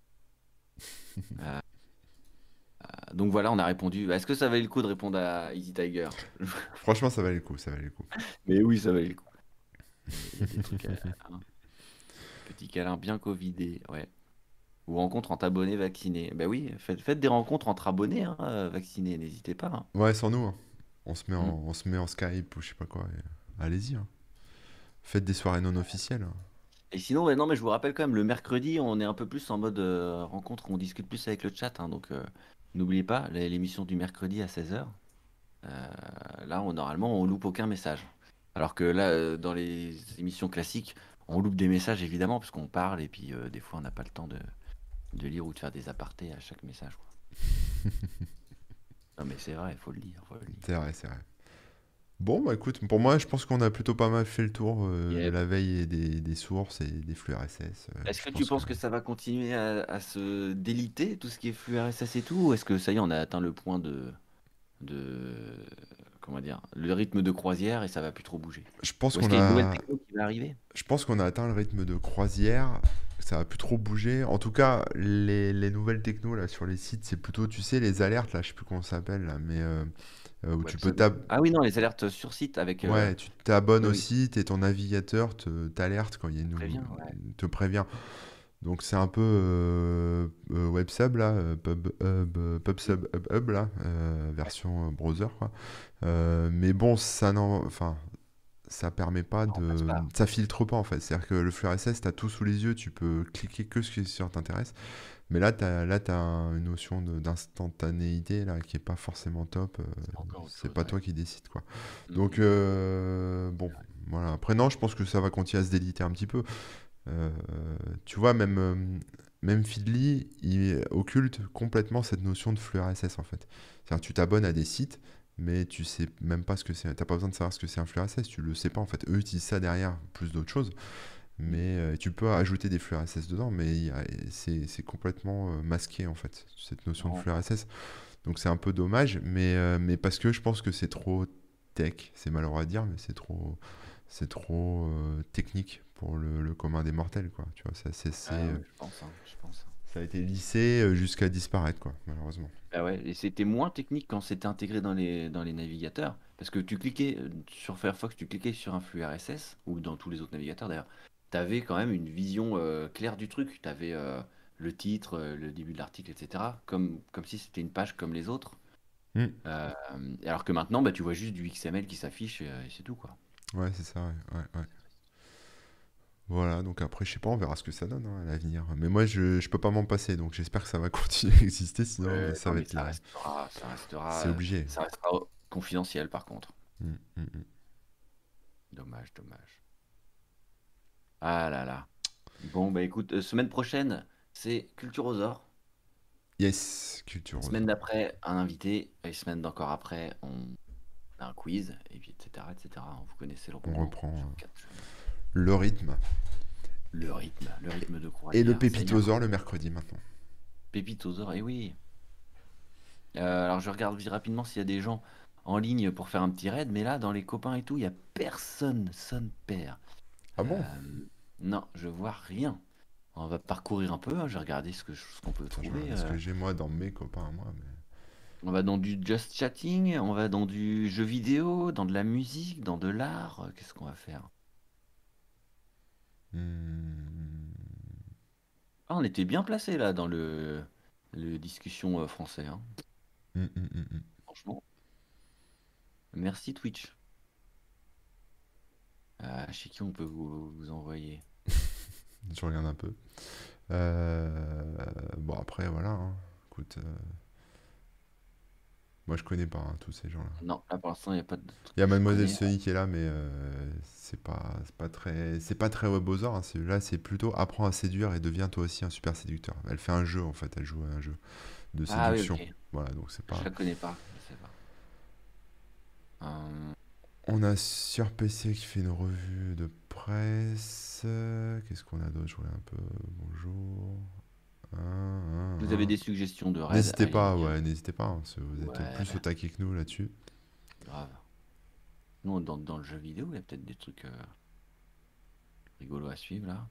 Euh, euh, donc voilà, on a répondu. Est-ce que ça valait le coup de répondre à Easy Tiger? Franchement, ça valait le coup, ça valait le coup. Mais oui, ça valait le coup. Il y a des trucs à- hein. Petit câlin bien covidé, ouais. Ou rencontre entre abonnés vaccinés. Ben oui, faites, faites des rencontres entre abonnés hein, euh, vaccinés, n'hésitez pas, hein. Ouais, sans nous, hein. On se met Mm. en, on se met en Skype ou je sais pas quoi. et Allez-y, hein. Faites des soirées non officielles, hein. Et sinon, ouais, non, mais je vous rappelle quand même, le mercredi, on est un peu plus en mode euh, rencontre, on discute plus avec le chat, hein, donc euh, n'oubliez pas, l'é- l'émission du mercredi à seize heures. Là, on, normalement, on loupe aucun message. Alors que là, euh, dans les émissions classiques, on loupe des messages évidemment, parce qu'on parle, et puis euh, des fois, on n'a pas le temps de, de lire ou de faire des apartés à chaque message, quoi. Non, mais c'est vrai, il faut le lire, faut le lire. C'est vrai, c'est vrai. Bon, bah écoute, pour moi, je pense qu'on a plutôt pas mal fait le tour euh, de Yep. la veille et des, des sources et des flux R S S. euh, Est-ce je que tu pense penses que... que ça va continuer à, à se déliter, tout ce qui est flux R S S et tout, ou est-ce que ça y est, on a atteint le point de, de, comment dire, le rythme de croisière et ça va plus trop bouger? Je pense Ou est-ce qu'on qu'il y a une nouvelle a... techno qui va arriver? Je pense qu'on a atteint le rythme de croisière. Ça va plus trop bouger. En tout cas, les, les nouvelles technos là sur les sites, c'est plutôt, tu sais, les alertes là, je sais plus comment ça s'appelle là, mais euh, euh, où tu peux WebSub. tab... Ah oui, non, les alertes sur site avec. euh, Ouais, tu t'abonnes Oui, au oui, site et ton navigateur te t'alerte quand il y a une nou- prévient, ouais. te prévient. Donc c'est un peu euh, euh, WebSub là, euh, PubHub, euh, PubSub Hub Hub là, euh, version euh, browser quoi. Euh, mais bon, ça n'en, enfin, ça permet pas Ça remplace de, pas. ça filtre pas en fait. C'est-à-dire que le flux R S S, t'as tout sous les yeux, tu peux cliquer que ce qui sur t'intéresse. Mais là, t'as, là, t'as un- une notion de- d'instantanéité là qui est pas forcément top. euh, C'est encore autre c'est chose, pas ouais. toi qui décides quoi. Mm, Donc mm. euh, bon, voilà. Après non, je pense que ça va continuer à se déliter un petit peu. Euh, tu vois, même, euh, même Feedly, il occulte complètement cette notion de flux R S S en fait. C'est-à-dire que tu t'abonnes à des sites, mais tu sais même pas ce que c'est. T'as pas besoin de savoir ce que c'est un flux R S S, tu le sais pas en fait. Eux utilisent ça derrière, plus d'autres choses. Mais euh, tu peux ajouter des flux R S S dedans, mais il y a- c'est c'est complètement euh, masqué en fait, cette notion de Non. flux R S S. Donc c'est un peu dommage, mais, euh, mais parce que je pense que c'est trop tech, c'est malheureux à dire, mais c'est trop, c'est trop euh, technique pour le, le commun des mortels, quoi. Tu vois, c'est assez- c'est, Ah euh, ouais, je pense, hein, je pense. ça a été lissé euh, jusqu'à disparaître, quoi, malheureusement. Ah ouais, et c'était moins technique quand c'était intégré dans les, dans les navigateurs. Parce que tu cliquais euh, sur Firefox, tu cliquais sur un flux R S S, ou dans tous les autres navigateurs d'ailleurs, tu avais quand même une vision euh, claire du truc. Tu avais le titre, euh, le début de l'article, et cetera. Comme, comme si c'était une page comme les autres. Hmm. Euh, alors que maintenant, bah, tu vois juste du X M L qui s'affiche euh, et c'est tout, quoi. Ouais, c'est ça, ouais, ouais, ouais. Voilà, donc après, je sais pas, on verra ce que ça donne hein, à l'avenir. Mais moi, je, je peux pas m'en passer, donc j'espère que ça va continuer à exister, sinon euh, Ouais, ça non, va mais être ça là. restera, ça restera, C'est euh, obligé. ça restera confidentiel par contre. Hmm, hmm, hmm. Dommage, dommage. Ah là là. Bon, bah écoute, euh, semaine prochaine, c'est Culture aux Ors. Yes, culture. Semaine d'après, un invité. Et semaine d'encore après, on a un quiz, et puis et cetera, et cetera. Vous connaissez le On roulement. reprend Sur euh, quatre chemins. le rythme. Le rythme, le rythme de Et croisière. le Ça y est, pépitosaure le mercredi maintenant. Pépite aux Ors, et oui. Euh, alors je regarde vite rapidement s'il y a des gens en ligne pour faire un petit raid, mais là, dans les copains et tout, il n'y a personne, son père. Ah bon? Euh, non, je vois rien. On va parcourir un peu, hein, je vais regarder ce que je- ce qu'on peut Attends, je trouver. regarde ce euh. que j'ai moi dans mes copains à moi. Mais... On va dans du just chatting, on va dans du jeu vidéo, dans de la musique, dans de l'art. euh, Qu'est-ce qu'on va faire? Hmm. Ah, on était bien placé là dans le, le discussion euh, français, hein. Hmm, hmm, hmm, hmm. Franchement. Merci Twitch. Euh, chez qui on peut vous, vous envoyer? Je regarde un peu. Euh, Bon, après, voilà. hein. Écoute, euh, moi je connais pas hein, tous ces gens-là. Non, là pour l'instant il n'y a pas de truc Il y a que je Mademoiselle connais. Sony qui est là, mais euh, c'est pas, c'est pas très, c'est pas très webosaur. Hein. C'est- Là, c'est plutôt apprends à séduire et deviens toi aussi un super séducteur. Elle fait un jeu en fait, elle joue à un jeu de Ah oui, séduction. ok. Voilà, donc c'est Je pas. la connais pas, je sais pas. Euh, On a sur P C qui fait une revue de presse. Euh, Qu'est-ce qu'on a d'autre? Je regarde un peu. Bonjour. Un, un, Vous avez un. des suggestions de raid? N'hésitez pas, Allez-y, hein. ouais, n'hésitez pas. hein, parce que vous êtes Ouais, plus au taquet que nous là-dessus. grave. Non, dans, dans le jeu vidéo, il y a peut-être des trucs euh, rigolos à suivre là.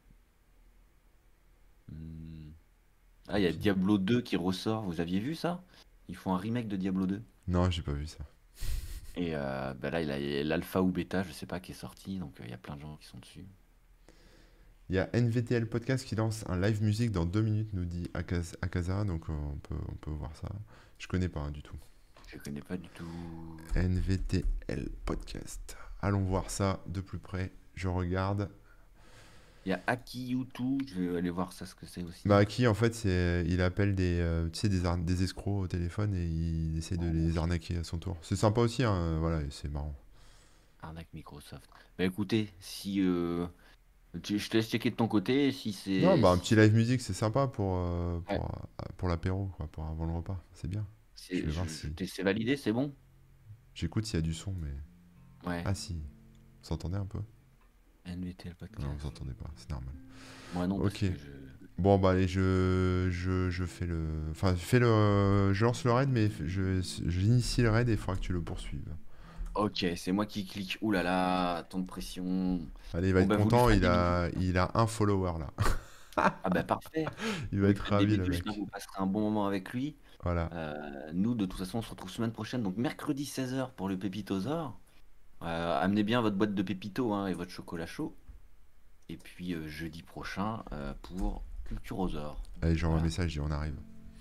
Hmm. Ah, il y a Puis- Diablo deux qui ressort. Vous aviez vu ça? Ils font un remake de Diablo deux. Non, j'ai pas vu ça. Et euh, bah là, il a l'alpha ou bêta, je sais pas, qui est sorti. Donc euh, il y a plein de gens qui sont dessus. Il y a N V T L Podcast qui lance un live musique dans deux minutes, nous dit Akaz- Akaza, donc euh, on peut, on peut voir ça. Je connais pas hein, du tout. Je connais pas du tout. N V T L Podcast. Allons voir ça de plus près. Je regarde. Il y a Aki Yutu, je vais aller voir ça ce que c'est aussi. Bah, qui en fait, c'est, il appelle des, euh, tu sais, des, ar- des escrocs au téléphone et il essaie de les arnaquer à son tour. C'est sympa aussi, hein, voilà, et c'est marrant. Arnaque Microsoft. Bah écoutez, si euh, tu- je te laisse checker de ton côté, si c'est. Non, bah un si petit live musique, c'est sympa pour, euh, Ouais. pour, euh, pour l'apéro, quoi, pour avant le repas. C'est bien. c'est- je vais je- voir je- si- t'es- c'est validé, c'est bon? J'écoute s'il y a du son, mais. Ouais. Ah si. Vous entendez un peu? N V T L podcast. Non, vous entendez pas, c'est normal. Moi non, parce Ok. que je. Bon, bah allez, je, je, je fais le. Enfin, fais le. Je lance le raid, mais je, j'initie le raid et il faudra que tu le poursuives. Ok, c'est moi qui clique. Ouh là là, tant de pression. Allez, il va Bon, être bah, vous lui content, ferez il des a, il a un follower là. Ah bah parfait. Il Vous va lui être faites des ravi, le bisous, mec. j'espère que vous passerez un bon moment avec lui. Voilà. Euh, nous, de toute façon, on se retrouve semaine prochaine, donc mercredi seize heures pour le Pépitosaure. Euh, amenez bien votre boîte de pépito hein, et votre chocolat chaud. Et puis euh, jeudi prochain euh, pour Culturosaure. Allez, j'envoie un Voilà. message, je dis on arrive.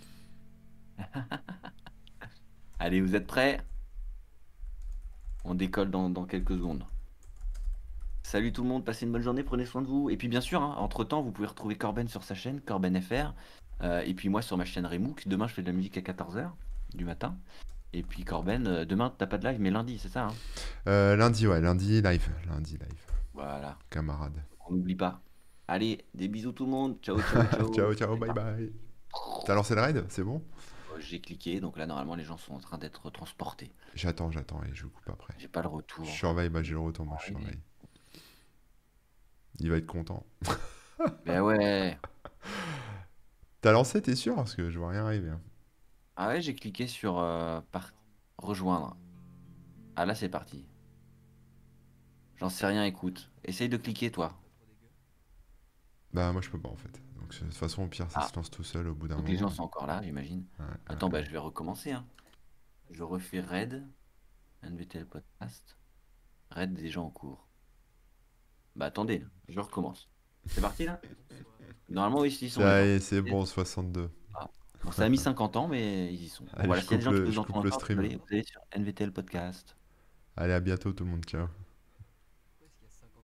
Allez, vous êtes prêts? On décolle dans, dans quelques secondes. Salut tout le monde, passez une bonne journée, prenez soin de vous. Et puis bien sûr, hein, entre-temps, vous pouvez retrouver Corben sur sa chaîne, Corben F R. euh, et puis moi sur ma chaîne Remook. Demain, je fais de la musique à quatorze heures du matin. Et puis Corben, euh, demain, t'as pas de live, mais lundi, c'est ça hein? Euh, lundi, ouais, lundi live. Lundi live. Voilà, Camarade. on n'oublie pas. Allez, des bisous tout le monde. Ciao, ciao, ciao. Ciao, ciao, bye bye. T'as lancé le raid? C'est bon? J'ai cliqué, donc là, normalement, les gens sont en train d'être transportés. J'attends, j'attends et je vous coupe après. J'ai pas le retour. Je surveille, bah j'ai le retour, moi je Arrivé. surveille. Il va être content. Ben ouais. T'as lancé, t'es sûr? Parce que je vois rien arriver. hein. Ah ouais, j'ai cliqué sur euh, par- rejoindre. Ah là, c'est parti. J'en sais rien, écoute. Essaye de cliquer, toi. Bah, moi, je peux pas, en fait. Donc, de toute façon, au pire, ça Ah, se lance tout seul au bout d'un donc les gens moment. sont encore là, j'imagine. Ouais, ouais. Attends, bah je vais recommencer, hein. Je refais raid, N V T L podcast, raid des gens en cours. Bah attendez, je recommence. C'est parti là? Normalement, oui, ils sont les Ça y gens. est, c'est bon, soixante-deux. Ah. Bon, ça a mis cinquante ans, mais ils y sont. Bon, Allez, voilà, je s'il y a des coupe gens qui le, nous je coupe entendent le encore, stream. désolé, vous allez sur N V T L podcast. Allez, à bientôt, tout le monde. Ciao.